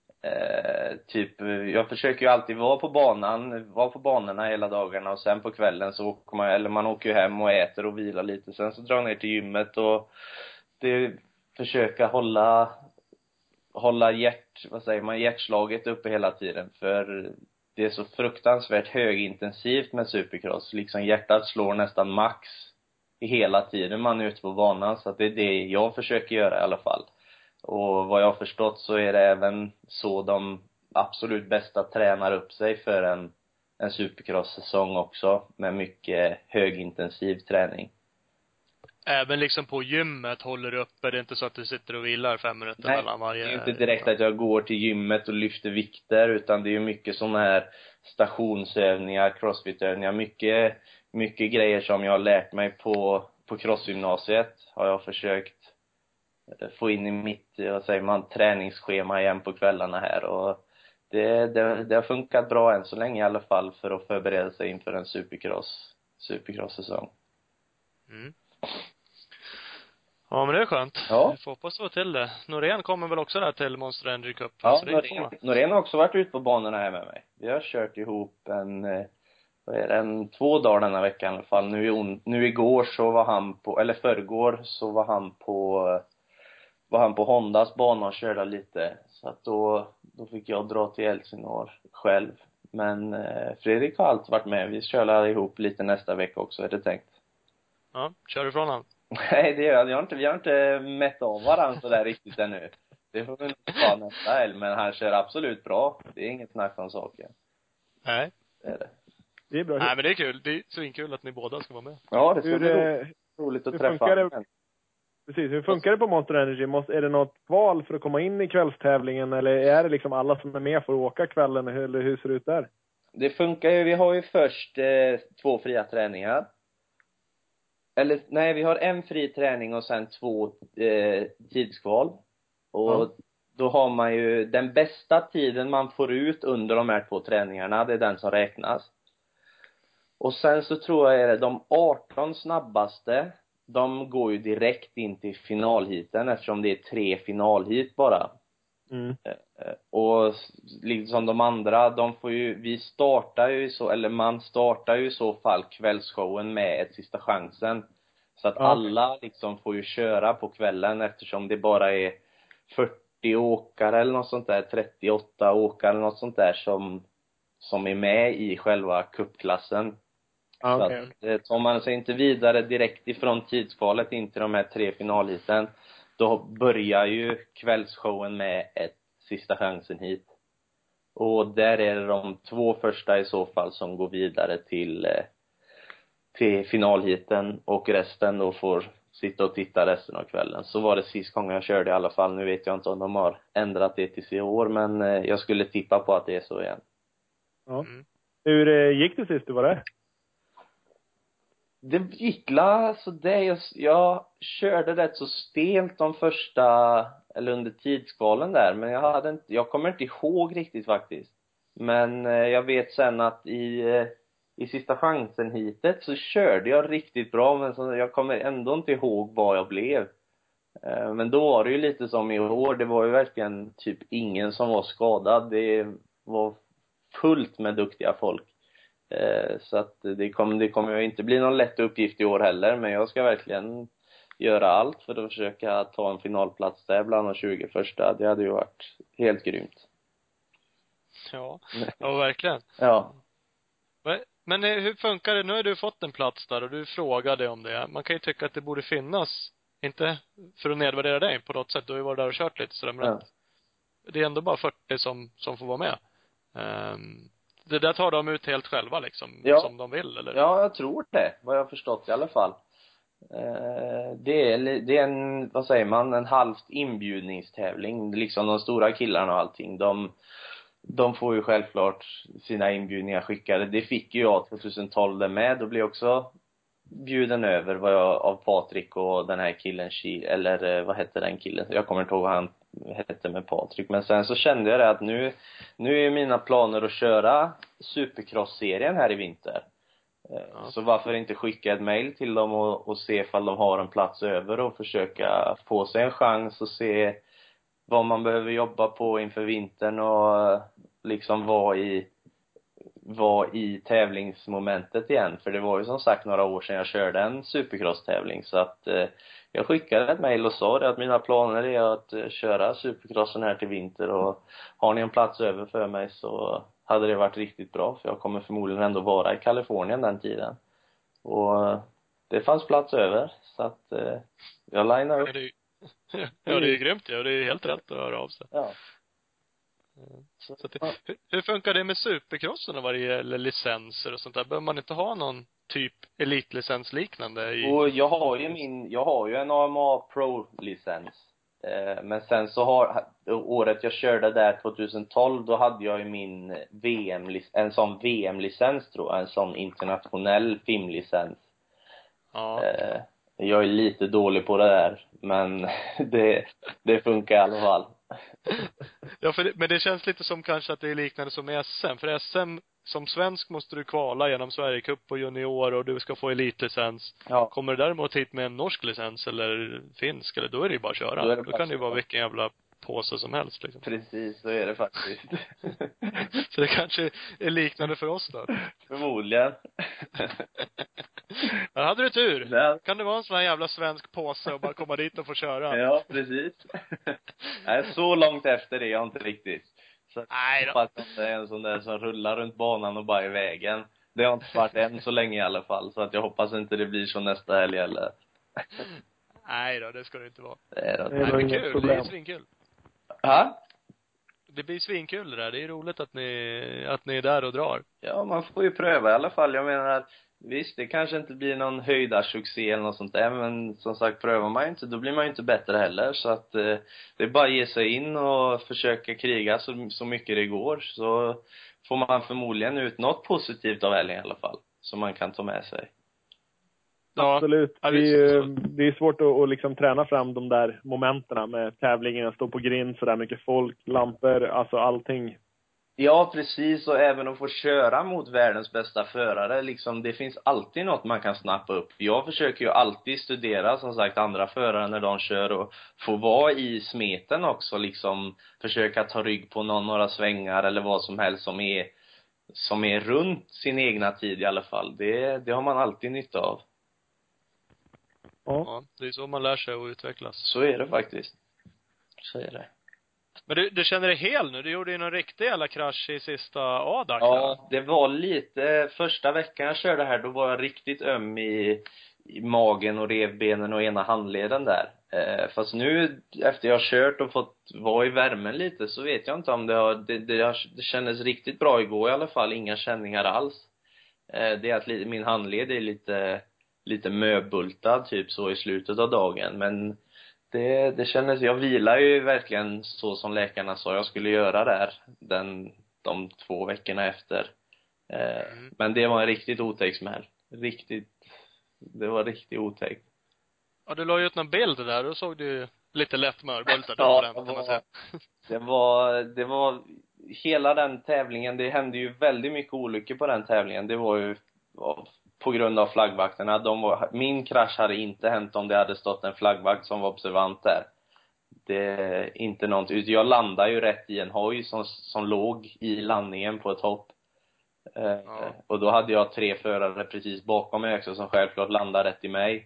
Jag försöker ju alltid vara på banorna hela dagarna, och sen på kvällen så åker man åker ju hem och äter och vilar lite. Sen så drar jag ner till gymmet och försöka hålla hjärtslaget uppe hela tiden, för det är så fruktansvärt högintensivt med supercross. Liksom hjärtat slår nästan max i hela tiden man är ute på banan, så att det är det jag försöker göra i alla fall. Och vad jag har förstått så är det även så de absolut bästa tränar upp sig för en supercross-säsong också, med mycket högintensiv träning. Även liksom på gymmet håller du uppe, det är inte så att du sitter och vilar 5 minuter mellan varje? Nej, det är inte direkt att jag går till gymmet och lyfter vikter, utan det är ju mycket sådana här stationsövningar, crossfit-övningar, mycket grejer som jag har lärt mig på crossgymnasiet har jag försökt få in i mitt, vad säger man, träningsschema igen på kvällarna här. Och det har funkat bra än så länge i alla fall för att förbereda sig inför en supercross-säsong. Mm. Ja, men det är skönt. Ja. Vi får hoppas få till det. Norén kommer väl också där till Monster Energy Cup? Ja, Alltså, Norén har också varit ute på banorna här med mig. Vi har kört ihop en 2 dagar denna vecka i alla fall. Nu igår så var han på, eller förrgår så var han på Hondas bana och körde lite. Så att då fick jag dra till Elsinore själv. Men Fredrik har alltid varit med. Vi kör ihop lite nästa vecka också, är det tänkt. Ja, kör ifrån han. Nej, det gör jag inte. Vi har inte mätt av varandra så där riktigt ännu. Det får vi inte ta nästa helg, men han kör absolut bra. Det är inget snack om saken. Nej. Det är det. Det är bra. Nej, men det är kul. Det är så kul att ni båda ska vara med. Ja, det ska bli roligt att träffa honom. Precis, hur funkar det på Monster Energy? Är det något val för att komma in i kvällstävlingen, eller är det liksom alla som är med får åka kvällen, eller hur ser det ut där? Det funkar ju, vi har ju först 2 fria träningar. Eller nej, vi har en fri träning och sen 2 tidskval. Och då har man ju den bästa tiden man får ut under de här 2 träningarna, det är den som räknas. Och sen så tror jag är det de 18 snabbaste, de går ju direkt in till finalheaten eftersom det är 3 finalheat bara. Mm. Och liksom de andra, de får ju, man startar ju i så fall kvällsshowen med ett sista chansen. Så att alla liksom får ju köra på kvällen eftersom det bara är 40 åkare eller något sånt där, 38 åkare eller något sånt där som är med i själva cupklassen. Så att tar man sig inte vidare direkt ifrån tidskvalet in till de här 3 finalheaten, då börjar ju kvällsshowen med ett sista chansen hit. Och där är det de 2 första i så fall som går vidare till finalheaten, och resten då får sitta och titta resten av kvällen. Så var det sist gången jag körde i alla fall. Nu vet jag inte om de har ändrat det till i år, men jag skulle tippa på att det är så igen. Ja. Hur gick det sist du var där? Det gick så det jag körde rätt så stelt de första, eller under tidskvalen där, men jag kommer inte ihåg riktigt faktiskt. Men jag vet sen att i sista chansen hitet så körde jag riktigt bra, men så jag kommer ändå inte ihåg vad jag blev. Men då var det ju lite som i år, det var ju verkligen typ ingen som var skadad. Det var fullt med duktiga folk. Så att det kommer ju inte bli någon lätt uppgift i år heller, men jag ska verkligen göra allt för att försöka ta en finalplats där bland de 20 första. Det hade ju varit helt grymt. Ja, verkligen. Ja. Men hur funkar det? Nu har du fått en plats där och du frågade om det. Man kan ju tycka att det borde finnas, inte för att nedvärdera dig på något sätt, du har ju varit där och kört lite sådär, men det är ändå bara 40 som får vara med. Det där tar de ut helt själva liksom, som de vill, eller? Ja, jag tror det, vad jag har förstått i alla fall. Det är en, vad säger man, en halvt inbjudningstävling. Liksom de stora killarna och allting, de får ju självklart sina inbjudningar skickade. Det fick ju jag 2012 där med. Då blev jag också bjuden över av Patrik och den här killen, eller vad hette den killen? Jag kommer inte ihåg vad han hette med Patrik. Men sen så kände jag det att nu är mina planer att köra Supercross-serien här i vinter. Så varför inte skicka ett mejl till dem och se ifall de har en plats över och försöka få sig en chans och se vad man behöver jobba på inför vintern och liksom vara i tävlingsmomentet igen. För det var ju som sagt några år sedan jag körde en Supercross-tävling, så att jag skickade ett mejl och sa det att mina planer är att köra Supercrossen här till vinter, och har ni en plats över för mig så hade det varit riktigt bra, för jag kommer förmodligen ändå vara i Kalifornien den tiden. Och det fanns plats över, så att jag lineade upp. Ja, det är grymt, ja. Det är helt rätt att höra av sig. Ja. Så att hur funkar det med Supercrossen och vad det gäller licenser och sånt där? Behöver man inte ha någon typ elitlicens liknande Och jag har ju en AMA Pro-licens. Men sen så året jag körde där 2012, då hade jag ju min en sån VM-licens tror jag, en sån internationell FIM-licens. Ja. Jag är lite dålig på det där, men det funkar i alla fall. Ja, men det känns lite som kanske att det är liknande som med SM. För SM, som svensk måste du kvala genom Sverigecup och junior och du ska få elitlicens. Ja. Kommer du däremot hit med en norsk licens eller finsk, eller då är det ju bara att köra. Då kan det ju vara vilken jävla påse som helst liksom. Precis, så är det faktiskt. Så det kanske är liknande för oss då. Förmodligen. Där hade du tur. Ja. Kan det vara en sån här jävla svensk påse och bara komma dit och få köra? Ja, precis. Nej, så långt efter det är jag inte riktigt. Så Nej då. fast det är en sån där som rullar runt banan och bara i vägen. Det har inte varit än så länge i alla fall. Så att jag hoppas inte det blir så nästa helg eller. Nej då, det ska det inte vara. Det är det. Det är nog inget Kul, problem. det är svinkul. Ja? Det blir svinkul det där. Det är roligt att ni är där och drar. Ja, man får ju pröva i alla fall. Jag menar, visst, det kanske inte blir någon höjdarsuccé eller något sånt där. Men som sagt, prövar man inte, då blir man ju inte bättre heller. Så att det är bara att ge sig in och försöka kriga så mycket det går. Så får man förmodligen ut något positivt av helgen i alla fall. Som man kan ta med sig. Ja, Absolut. ja, Det är svårt att liksom träna fram de där momenterna med tävlingen, stå på grind, så där mycket folk, lampor, alltså allting. Ja, precis. Och även att få köra mot världens bästa förare. Liksom, det finns alltid något man kan snappa upp. Jag försöker ju alltid studera, som sagt, andra förare när de kör. Och få vara i smeten också. Liksom, försöka ta rygg på några svängar eller vad som helst som är runt sin egna tid i alla fall. Det har man alltid nytta av. Ja, det är så man lär sig att utvecklas. Så är det faktiskt. Så är det. Men du känner dig hel nu? Du gjorde ju någon riktig jävla krasch i sista ADAC. Ja, det var lite, första veckan jag körde här, då var jag riktigt öm i magen och revbenen och ena handleden där. Fast nu, efter jag har kört och fått vara i värmen lite, så vet jag inte om det kändes riktigt bra igår i alla fall. Inga känningar alls. Det är att min handled är lite möbultad typ så i slutet av dagen. Men det kändes, jag vilar ju verkligen så som läkarna sa jag skulle göra där de 2 veckorna efter. Men det var en riktigt otäck smäll. Det var riktigt otäckt. Ja, du la ju ut någon bild där, då såg du lite lätt mörbultad Ja, på den, kan man säga. det var hela den tävlingen, det hände ju väldigt mycket olyckor på den tävlingen. Det var ju på grund av flaggvakterna. Min krasch hade inte hänt om det hade stått en flaggvakt som var observant där. Det är inte någonting. Jag landade ju rätt i en hoj som låg i landningen på ett hopp. Och då hade jag 3 förare precis bakom mig också som självklart landade rätt i mig.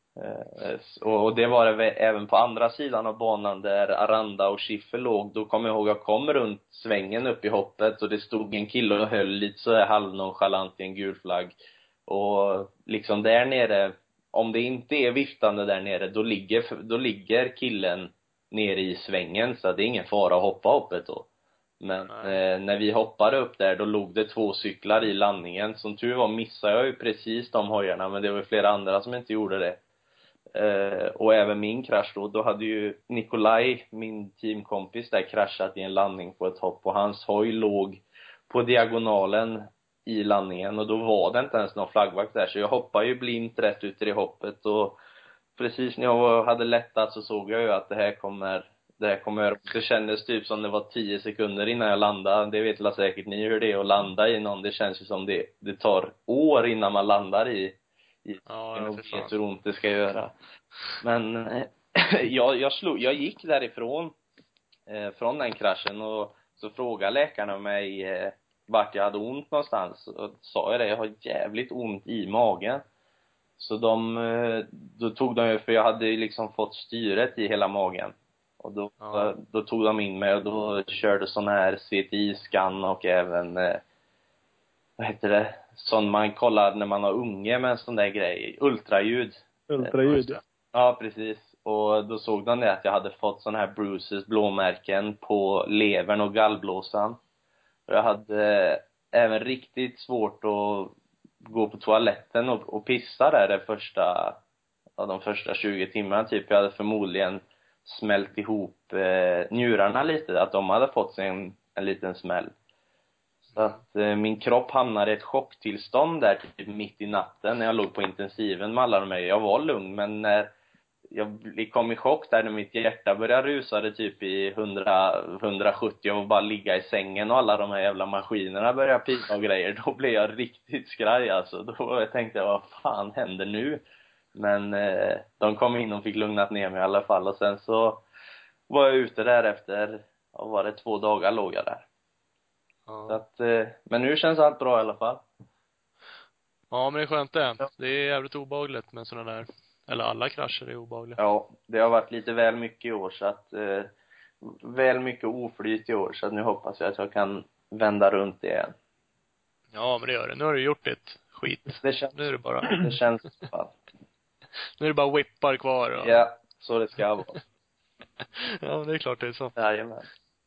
Och det var det även på andra sidan av banan där Aranda och Schiffer låg. Då kommer jag ihåg, jag kom runt svängen upp i hoppet och det stod en kille och höll lite så här halvnonchalant i en gul flagg. Och liksom där nere, om det inte är viftande där nere, då ligger killen nere i svängen, så det är ingen fara att hoppa hoppet då. Men när vi hoppade upp där, då låg det 2 cyklar i landningen. Som tur var missade jag ju precis de hojarna, men det var ju flera andra som inte gjorde det. Och även min krasch då hade ju Nikolaj, min teamkompis där, kraschat i en landning på ett hopp. Och hans hoj låg på diagonalen i landningen, och då var det inte ens någon flaggvakt där. Så jag hoppade ju blint rätt ut i det hoppet. Och precis när jag hade lättat så såg jag ju att det här kommer. Det kändes typ som det var 10 sekunder innan jag landade. Det vet väl säkert ni hur det är att landa i någon. Det känns ju som det tar år innan man landar i och vet hur ont det ska göra. Men jag gick därifrån från den kraschen, och så frågade läkarna mig vart jag hade ont någonstans. Och sa jag det, jag har jävligt ont i magen. Så då tog de ju, för jag hade ju liksom fått styret i hela magen. Och då tog de in mig och då körde sån här CTI-scan och även vad heter det? Sån man kollar när man har unge med en sån där grej. Ultraljud. Ja, precis. Och då såg de det att jag hade fått sån här bruises, blåmärken på levern och gallblåsan. Och jag hade även riktigt svårt att gå på toaletten och pissa där de första 20 timmarna typ. Jag hade förmodligen smält ihop njurarna lite, att de hade fått sig en liten smäll. Så att min kropp hamnade i ett chocktillstånd där typ mitt i natten när jag låg på intensiven med alla de här. Jag var lugn, men när jag kom i chock där när mitt hjärta började rusa det typ i 170 och bara ligga i sängen och alla de här jävla maskinerna började pipa och grejer, då blev jag riktigt skraj alltså. Då tänkte jag, vad fan händer nu? Men de kom in och fick lugnat ner mig i alla fall, och sen så var jag ute där efter, vad var det, 2 dagar låg jag där. Ja. Så att, men nu känns allt bra i alla fall. Ja, men det är skönt det. Det är jävligt obehagligt med sådana där, eller alla krascher är obehagliga. Ja, det har varit lite väl mycket i år, så att väl mycket oflyt i år, så att nu hoppas jag att jag kan vända runt det igen. Ja, men det gör det. Nu har du gjort ditt skit. Det känns, Nu är det bara det känns i alla fall. nu är det bara whippar kvar och... Ja, så det ska vara. Ja, det är klart det är så. Jajamän.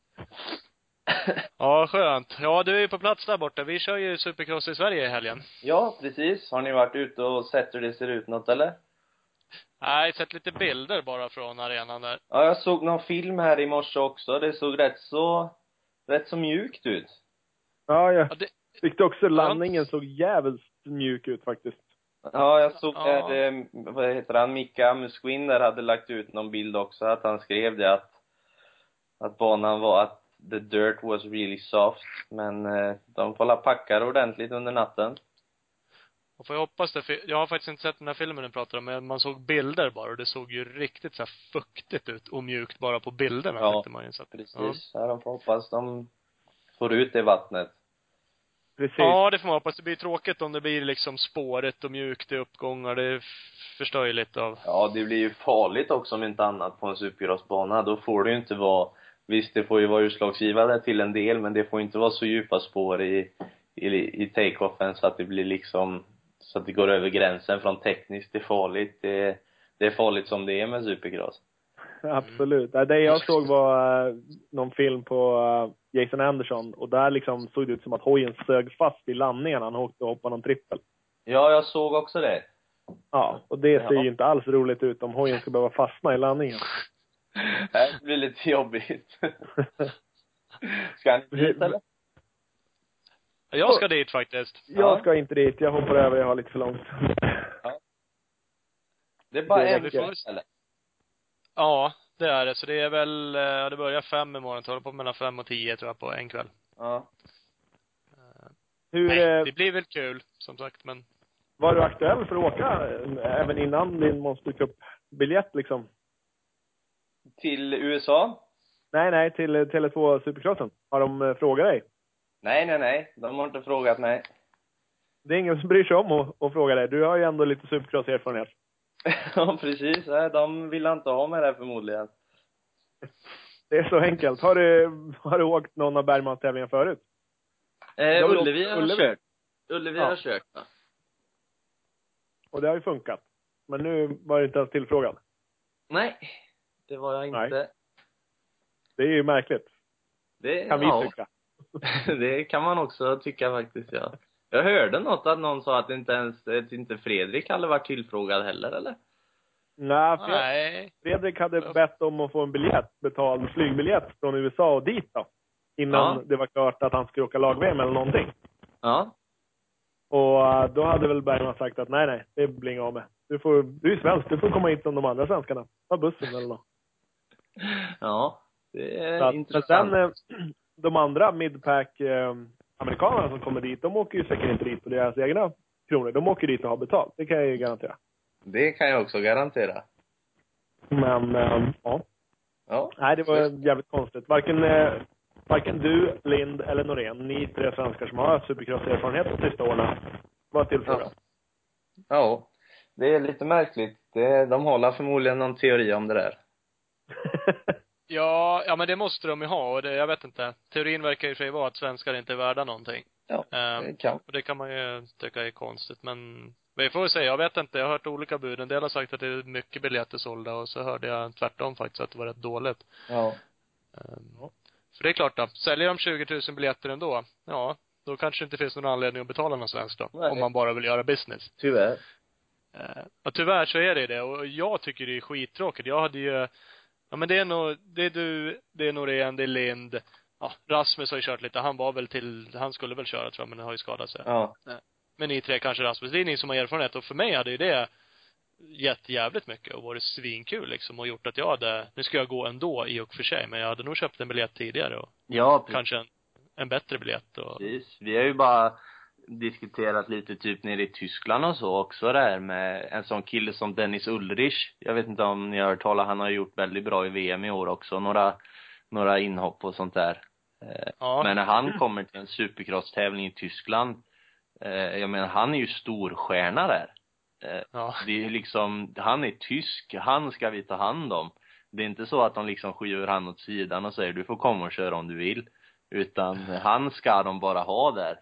Ja, skönt. Ja, du är ju på plats där borta. Vi kör ju Supercross i Sverige i helgen. Ja, precis. Har ni varit ute och sett hur det ser ut något, eller? Nej, sett lite bilder bara från arenan där. Ja, jag såg någon film här i morse också. Det såg rätt så mjukt ut. Ja, jag Ja, det... tyckte också landningen såg jävligt mjuk ut faktiskt. Ja, jag såg Ja. där, vad heter han, Mika Musquin där hade lagt ut någon bild också, att han skrev det att banan var, att the dirt was really soft, men de får la packa ordentligt under natten. Och får jag hoppas det, för jag har faktiskt inte sett den här filmen du pratar om, men man såg bilder bara och det såg ju riktigt så här fuktigt ut och mjukt bara på bilderna. Ja, man ju, så att, precis. Ja, de får hoppas de får ut det vattnet. Precis. Ja, det får man hoppas. Det blir tråkigt om det blir liksom spåret och mjukt i uppgångar. Det förstör ju lite av... Ja, det blir ju farligt också om inte annat på en supercrossbana. Då får det ju inte vara... Visst, det får ju vara utslagsgivande till en del, men det får inte vara så djupa spår i take-offen så att det blir liksom... Så att det går över gränsen från tekniskt till farligt. Det är farligt som det är med supercross. Absolut. Det jag såg var någon film på Jason Anderson, och där liksom såg det ut som att hojen sög fast i landningen. Han åkte och hoppade någon trippel. Ja, jag såg också det. Ja, och det ser ju inte alls roligt ut om hojen ska behöva fastna i landningen. Det blir lite jobbigt. Ska ni dit, eller? Jag ska dit faktiskt. Jag ska inte dit. Jag hoppar över, jag har lite för långt. Ja. Det är bara Det är en mycket. kväll, eller? Ja, det är det. Så det är väl, det börjar 5 imorgon. Så håller på mellan 5 och 10 tror jag på en kväll. Ja. Hur, Nej, det blir väl kul, som sagt, men... Var du aktuell för att åka även innan din Monster Cup-biljett liksom? Till USA? Nej, till Tele2 Supercrossen. Har de frågat dig? Nej. De har inte frågat mig. Det är ingen som bryr sig om att fråga dig. Du har ju ändå lite Supercross-erfarenhet. Ja, precis. De vill inte ha mig där förmodligen. Det är så enkelt. Har du åkt någon av Bergmans tävlingar förut? Ullevi har kört. Ullevi har kört, va? Och det har ju funkat. Men nu var det inte ens tillfrågan. Nej, det var jag inte. Nej. Det är ju märkligt. Det Kan vi tycka. Det kan man också tycka faktiskt, ja. Jag hörde något att någon sa att inte Fredrik hade varit tillfrågad heller, eller? Nej. Fredrik hade bett om att få en betald flygbiljett från USA och dit då. Innan det var klart att han skulle åka lag-VM eller någonting. Ja. Och då hade väl Bergman sagt att nej, det blir inget av med. Du är svensk, du får komma hit som de andra svenskarna. Ta bussen eller något. Ja, det är intressant. Men sen, de andra midpack amerikanerna som kommer dit, de åker ju säkert inte dit på deras egna kronor. De åker dit och har betalt, det kan jag ju garantera. Det kan jag också garantera. Men, ja. Nej, det var jävligt konstigt. Varken du, Lind eller Norén, ni 3 svenskar som har supercross-erfarenhet de sista åren, var tillfrågade. Ja, det är lite märkligt. De håller förmodligen någon teori om det där. Ja, men det måste de ju ha, och jag vet inte. Teorin verkar ju för sig vara att svenskar inte är värda någonting. Ja, och det kan man ju tycka är konstigt, men vi får säga, jag vet inte, jag har hört olika bud. En del har sagt att det är mycket biljetter sålda, och så hörde jag tvärtom faktiskt att det var rätt dåligt. Ja. För det är klart då, säljer de 20 000 biljetter ändå, ja, då kanske det inte finns någon anledning att betala någon svensk då. Nej. Om man bara vill göra business. Tyvärr. Ja, tyvärr så är det, och jag tycker det är skittråkigt. Jag hade ju, ja men det är nog, det är du, det är Norén, det är Lind, Rasmus har ju kört lite. Han skulle väl köra tror jag, men har ju skadat sig. Ja. Men ni tre kanske Rasmus, det är ni som har erfarenhet. Och för mig hade ju det gett jävligt mycket och varit svinkul liksom, och gjort att nu ska jag gå ändå i och för sig, men jag hade nog köpt en biljett tidigare och kanske en bättre biljett och... Precis. Vi har ju bara diskuterat lite typ nere i Tyskland och så också där med en sån kille som Dennis Ulrich. Jag vet inte om ni har hört talas, han har gjort väldigt bra i VM i år också. Några inhopp och sånt där. Men när han kommer till en supercross-tävling i Tyskland, jag menar, han är ju storstjärna där. Det är ju liksom, han är tysk, han ska vi ta hand om. Det är inte så att de liksom skyver han åt sidan och säger du får komma och köra om du vill. Utan han ska de bara ha där.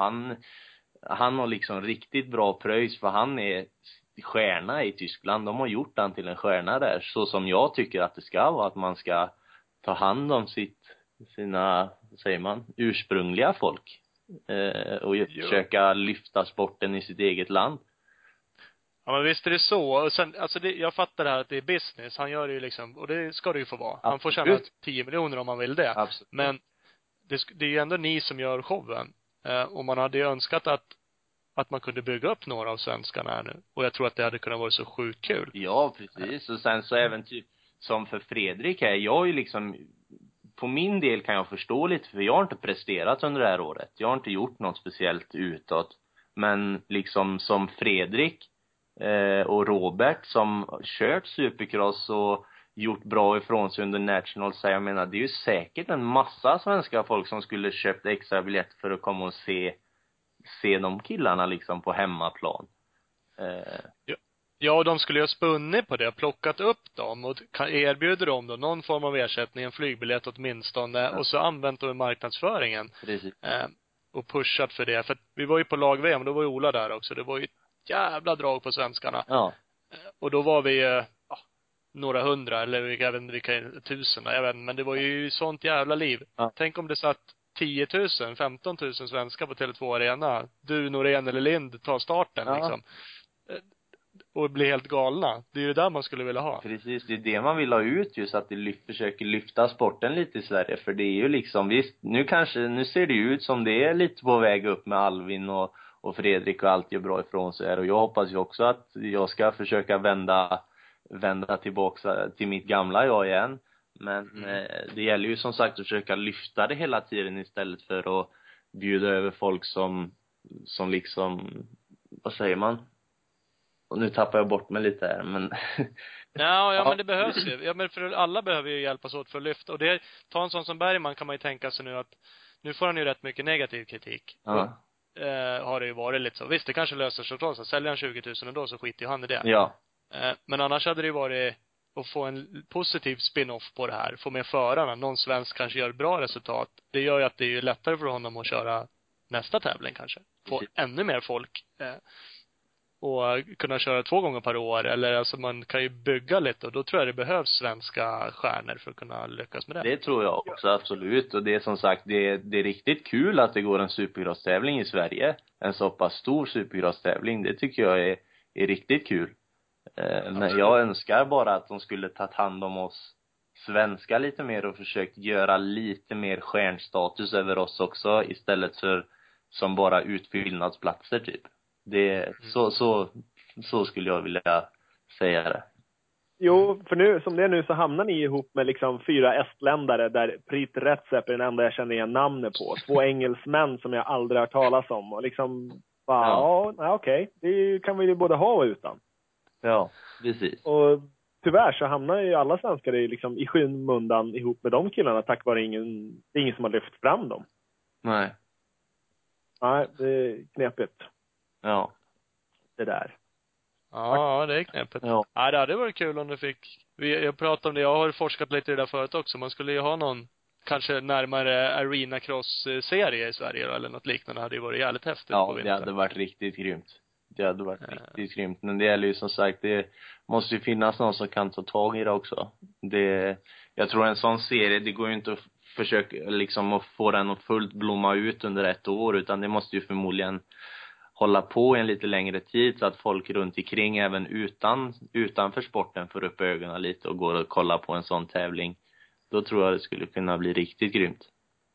Han har liksom riktigt bra pröjs, för han är stjärna i Tyskland. De har gjort han till en stjärna där. Så som jag tycker att det ska vara, att man ska ta hand om sina, vad säger man, ursprungliga folk. Och försöka lyfta sporten i sitt eget land. Ja, men visst är det så. Och sen, alltså jag fattar det här att det är business. Han gör det ju liksom, och det ska det ju få vara. Han får tjäna 10 miljoner om han vill det. Absolut. Men det är ju ändå ni som gör showen. Och man hade ju önskat att man kunde bygga upp några av svenskarna här nu. Och jag tror att det hade kunnat vara så sjukt kul. Ja, precis. Och sen så även typ som för Fredrik här, jag är ju liksom, på min del kan jag förstå lite, för jag har inte presterat under det här året. Jag har inte gjort något speciellt utåt. Men liksom som Fredrik och Robert som kört supercross och gjort bra ifrån sig under Nationals, så jag menar, det är ju säkert en massa svenska folk som skulle köpt extra biljett för att komma och se de killarna liksom på hemmaplan. Ja, och de skulle ju ha spunnit på det, plockat upp dem och erbjuder dem då någon form av ersättning, en flygbiljett åtminstone, och så använt då marknadsföringen. Precis. Och pushat för det. För att vi var ju på lag-VM, då var ju Ola där också. Det var ju jävla drag på svenskarna. Ja. Och då var vi några hundra, eller jag vet inte vilka, 1000, jag vet inte, men det var ju sånt jävla liv. Ja. Tänk om det satt 10 000, 15 000 svenskar på Tele2 Arena. Du, Norén eller Lind tar starten liksom. Och blir helt galna. Det är ju det där man skulle vilja ha. Precis, det är det man vill ha ut, just att det försöker lyfta sporten lite i Sverige. För det är ju liksom, visst, nu ser det ju ut som det är lite på väg upp med Alvin och Fredrik och allt gör bra ifrån sig här. Och jag hoppas ju också att jag ska försöka vända tillbaka till mitt gamla jag igen. Men det gäller ju som sagt att försöka lyfta det hela tiden istället för att bjuda över folk som liksom, vad säger man? Och nu tappar jag bort mig lite här, men ja, men det behövs ju. Ja, men för alla behöver ju hjälpas åt för att lyfta. Och det, ta en sån som Bergman kan man ju tänka sig nu att nu får han ju rätt mycket negativ kritik. Ja. Har det ju varit lite så. Visst, det kanske löser sig då, så säljer han 20 000 och då så skiter ju han i det. Ja. Men annars hade det ju varit att få en positiv spin-off på det här. Få med förarna. Någon svensk kanske gör bra resultat. Det gör ju att det är ju lättare för honom att köra nästa tävling kanske. Få ännu mer folk. Och kunna köra 2 gånger per år. Eller alltså man kan ju bygga lite. Och då tror jag det behövs svenska stjärnor för att kunna lyckas med det. Det tror jag också, absolut. Och det är som sagt, det är riktigt kul att det går en supercross-tävling i Sverige. En så pass stor supercross-tävling. Det tycker jag är riktigt kul. Men jag önskar bara att de skulle ta hand om oss svenskar lite mer och försökt göra lite mer stjärnstatus över oss också, istället för som bara utfyllnadsplatser typ. Det så skulle jag vilja säga det. Jo, för nu, som det är nu så hamnar ni ihop med liksom 4 estländare där Prit Retsep är den enda jag känner igen namnet på. 2 engelsmän som jag aldrig har talas om. Och liksom, okej. Det kan vi ju både ha och utan. Ja, precis. Och tyvärr så hamnar ju alla svenskar liksom i skymundan ihop med de killarna tack vare ingen som har lyft fram dem. Nej. Nej, det är knepigt. Ja. Det där. Ja, det är knepigt. Ja. Ja, det hade varit kul om du fick. Jag pratade om det, jag har forskat lite i det där förut också. Man skulle ju ha någon kanske närmare arena cross-serie i Sverige eller något liknande. Hade ju varit jävligt häftigt. Ja, det hade varit riktigt grymt. Det hade varit riktigt grymt. Men det gäller ju som sagt, det måste ju finnas någon som kan ta tag i det också. Jag tror en sån serie, det går ju inte att försöka liksom att få den att fullt blomma ut under 1 år, utan det måste ju förmodligen hålla på en lite längre tid så att folk runt omkring även utanför sporten får upp ögonen lite och går och kollar på en sån tävling. Då tror jag det skulle kunna bli riktigt grymt.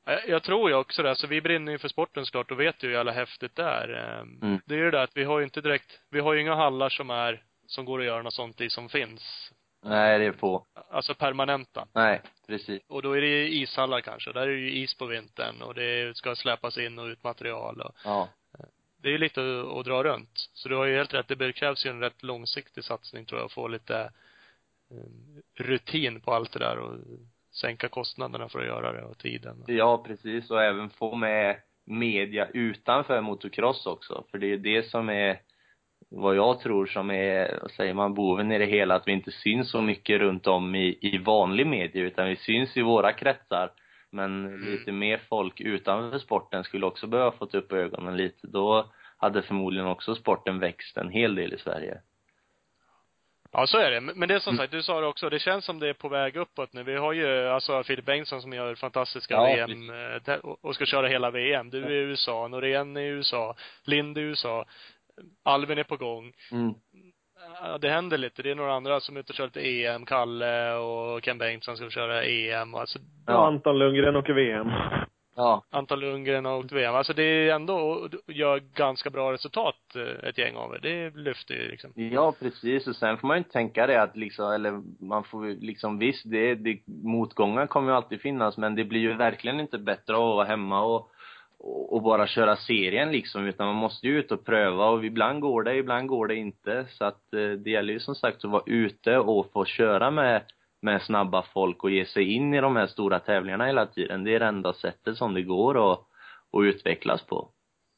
Jag tror ju också det. Alltså vi brinner ju för sporten såklart och vet ju hur jävla häftigt det är. Det är ju det att vi har ju inte direkt, vi har ju inga hallar som går att göra något sånt i som finns. Nej, det är få. Alltså permanenta. Nej, precis. Och då är det ishallar kanske. Där är det ju is på vintern och det ska släppas in och ut material och Ja. det är ju lite att dra runt. Så du har ju helt rätt. Det krävs ju en rätt långsiktig satsning tror jag. Att få lite rutin på allt det där och sänka kostnaderna för att göra det och tiden. Ja, precis. Och även få med media utanför motocross också. För det är ju det som är, vad jag tror som är, vad säger man, boven i det hela. Att vi inte syns så mycket runt om i vanlig media. Utan vi syns i våra kretsar. Men lite mer folk utanför sporten skulle också behöva fått upp ögonen lite. Då hade förmodligen också sporten växt en hel del i Sverige. Ja, så är det. Men det är som sagt, du sa det också, det känns som det är på väg uppåt nu. Vi har ju alltså Filip Bengtsson som gör fantastiska VM och ska köra hela VM. Du är i USA, Norén är i USA, Lind är i USA, Alvin är på gång. Ja, det händer lite. Det är några andra som är ute och kör lite EM, Kalle och Ken Bengtsson ska köra EM. Alltså, ja, Anton Lundgren åker VM. Ja. Anton Lundgren har åkt VM. Alltså det är ändå, gör ganska bra resultat ett gäng av det lyfter ju liksom. Ja, precis. Och sen får man ju inte tänka det att liksom, eller man får liksom, visst, motgångar kommer ju alltid finnas, men det blir ju verkligen inte bättre av att vara hemma och bara köra serien liksom, utan man måste ju ut och pröva och ibland går det inte. Så att det gäller ju som sagt att vara ute och få köra med snabba folk och ge sig in i de här stora tävlingarna hela tiden. Det är det enda sättet som det går att utvecklas på.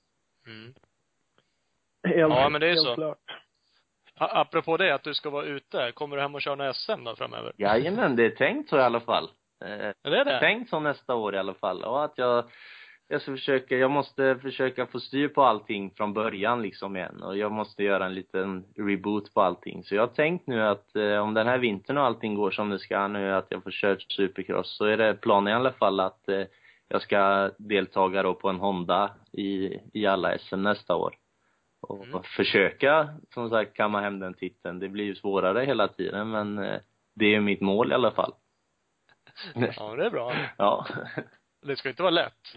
Ja, men det är så. Klart. Apropå det att du ska vara ute, kommer du hem och köra några SM då framöver? Jajamän, det är tänkt så i alla fall. Det är det? Tänkt så nästa år i alla fall. Och att jag måste försöka få styr på allting från början liksom igen. Och jag måste göra en liten reboot på allting. Så jag har tänkt nu att om den här vintern och allting går som det ska nu, att jag får köra supercross, så är det planen i alla fall att jag ska deltaga då på en Honda i alla SM nästa år. Och försöka, som sagt, kamma hem den titeln. Det blir ju svårare hela tiden, men det är mitt mål i alla fall. Ja, det är bra. Ja. Det ska inte vara lätt.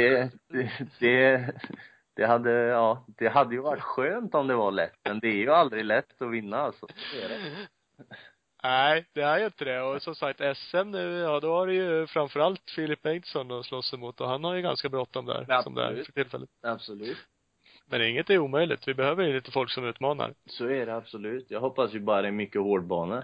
Det hade ju varit skönt om det var lätt, men det är ju aldrig lätt att vinna, alltså. Det är det. Nej, det är ju inte det. Och som sagt, SM nu, ja, då har det ju framförallt Filip Bengtsson att slåss emot, och han har ju ganska bråttom där. Absolut. Som där för tillfället. Absolut. Men inget är omöjligt. Vi behöver ju lite folk som utmanar. Så är det absolut. Jag hoppas ju bara det är mycket hårdbanor.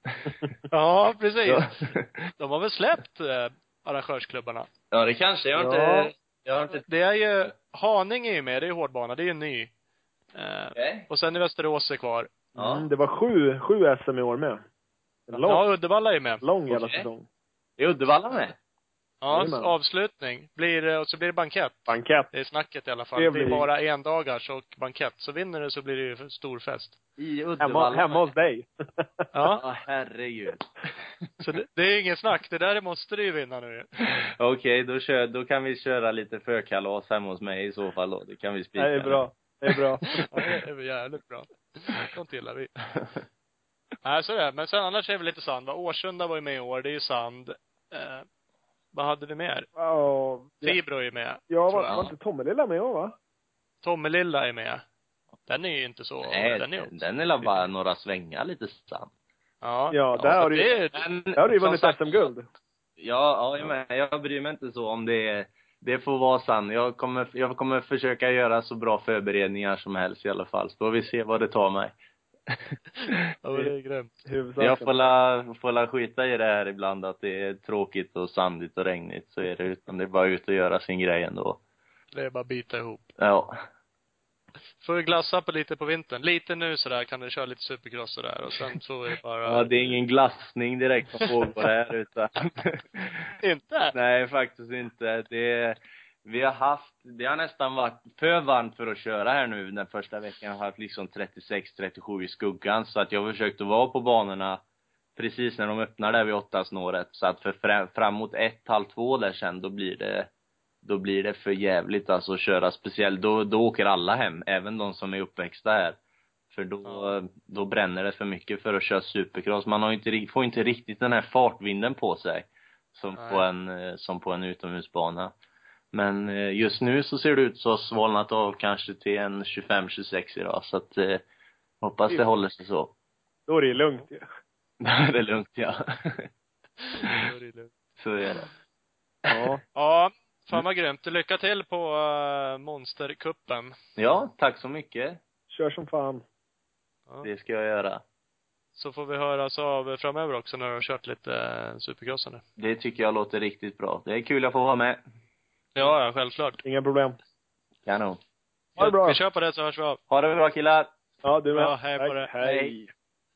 Ja, precis. Ja. De har väl släppt arrangörsklubbarna. Ja, det kanske. Jag har inte... Det är ju, Haninge är ju med, det är ju hårdbana, det är ju ny. Okay. Och sen är Västerås är kvar. Ja. Det var sju SM i år med. Ja, Uddevalla är med. Lång jävla säsong. Är Uddevalla med? Ja, avslutning. Och så blir det bankett. Det är snacket i alla fall. Det är bara en dagars och bankett. Så vinner det så blir det ju stor fest. I Uddevalla. Hemma hos dig. Ja, herregud. Så det är ingen snack. Det där måste du ju vinna nu. Okej, då kan vi köra lite förkalas hemma hos mig i så fall då. Det kan vi spika. Det är bra. Det är bra. Ja, det är jävligt bra. Sånt gillar vi. Nej, så är det. Men sen annars är det lite sand. Årsunda var ju med i år. Det är ju sand. Vad hade vi mer? Ja. Fibro är med. Ja, var inte Tommelilla med va? Tommelilla är med. Den är ju inte så... Nej, den är bara några svängar lite sand. Ja, där har du ju vunnit SM-guld. Ja, jag bryr mig inte så om det får vara sant. Jag kommer försöka göra så bra förberedningar som helst i alla fall. Så får vi se vad det tar mig. Ja, det är grymt. Jag får la skita i det här ibland, att det är tråkigt och sandigt och regnigt, så är det, utan det är bara ut och göra sin grej ändå. Det är bara att bita ihop. Ja. Får vi glassa på lite på vintern. Lite nu sådär, kan du köra lite supercross sådär, och sen så är det bara... Ja, det är ingen glassning direkt som pågår här, utan... Inte? Nej, faktiskt inte. Det har nästan varit för varmt för att köra här nu. Den första veckan har haft liksom 36-37 i skuggan. Så att jag har försökt att vara på banorna precis när de öppnar där vid 8-snåret. Så att för framåt 1,5-2 där sen, då blir det för jävligt alltså att köra. Speciellt då åker alla hem, även de som är uppväxta här. För då bränner det för mycket för att köra supercross. Man får inte riktigt den här fartvinden på sig. som på en utomhusbana. Men just nu så ser det ut så svalnat av kanske till en 25-26 idag. Så att hoppas det håller sig så. Då är det lugnt ju. Då är det lugnt, ja. Då är det lugnt. Så är det. Ja. Ja, fan vad grymt. Lycka till på Monsterkuppen. Ja, tack så mycket. Kör som fan. Ja. Det ska jag göra. Så får vi höras av framöver också när du har kört lite supercrossande. Det tycker jag låter riktigt bra. Det är kul att få vara med. Ja, självklart. Inga problem. Kanon. Ha det bra. Vi kör på det så hörs vi av. Ha det bra, killar. Ja, du med. Ja, hej på det. Hej.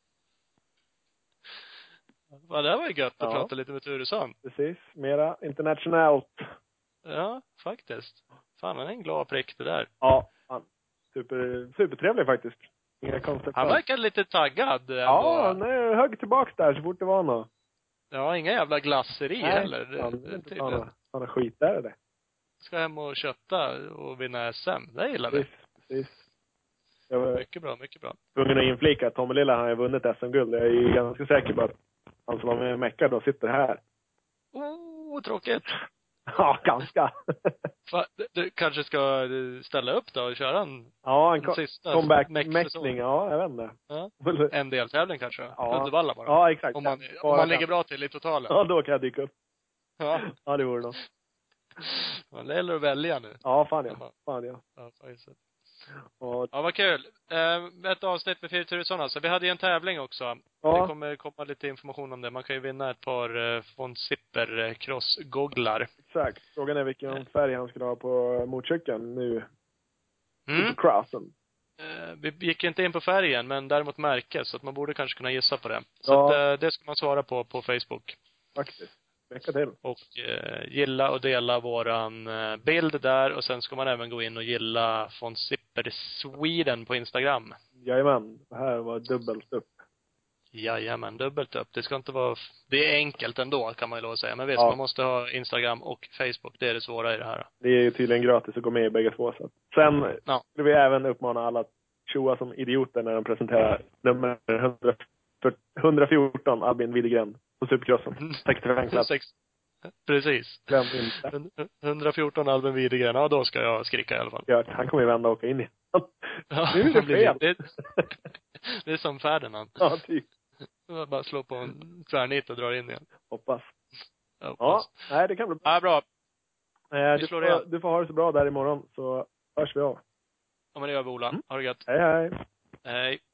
Ja, det var ju gött att Ja. prata lite med Turesson. Precis. Mera internationellt. Ja, faktiskt. Fan, han är en glad prick det där. Ja, han. Supertrevlig faktiskt. Inga konstigheter. Han verkar lite taggad ändå. Ja, han är hög tillbaka där så fort det var något. Ja, inga jävla glasseri heller. Han är skit där det. Ska hem och kötta och vinna SM. Det gillar vi. Precis. Jag var Mycket bra, mycket bra. tvungen att inflika att Tommy Lilla har vunnit SM-guld. Jag är ju ganska säker på att han som var med i Mecka då sitter här. Tråkigt. Ja, ganska. Du kanske ska ställa upp då och köra Ja, en sista comeback-mäckning. Ja, jag vet inte. Ja. En deltävling kanske. Ja. Uddevalla bara. Ja, exakt. Om man ligger bra till i totalen. Ja, då kan jag dyka upp. Ja. Ja, det vore något. Det gäller att välja nu. Ja, fan ja. Fan ja. Ja, faktiskt. Och, Ja, vad kul. Ett avsnitt med Filip Turesson alltså. Vi hade ju en tävling också. Ja. Det kommer komma lite information om det. Man kan ju vinna ett par von Zipper cross-gogglar. exakt. Frågan är vilken färg han skulle ha på motorcykeln nu. Mm. På crossen. Vi gick inte in på färgen, men däremot märke. Så att man borde kanske kunna gissa på det. Så Ja. att, det ska man svara på Facebook. Faktiskt. Lycka till. Och gilla och dela våran bild där. Och sen ska man även gå in och gilla von Zipper Sweden på Instagram. Jajamän. Det här var dubbelt upp. Jajamän, dubbelt upp. Det ska inte vara... Det är enkelt ändå, kan man ju lov att säga. Men visst, Ja. man måste ha Instagram och Facebook. Det är det svåra i det här. Det är ju tydligen gratis att gå med i bägge två. Så. Sen Ja. skulle vi även uppmana alla att tjoa som idioter när de presenterar nummer 114 Albin Widegren på Supercrossen. 65 klass. Precis. Glöm inte. 114 Albin Widegren. Ja, då ska jag skrika i alla fall. Ja, han kommer ju vända och åka in i. Ja, Nu är det fel. Det är som Ferdinand. Ja, typ. Bara slå på en tvärnit och dra in igen. Hoppas. Ja, Ja, nej det kan bli bra. Ja, bra. Du får ha det så bra där imorgon så hörs vi av. Ja, men det gör vi, Ola. Ha det gött. Hej hej. Hej.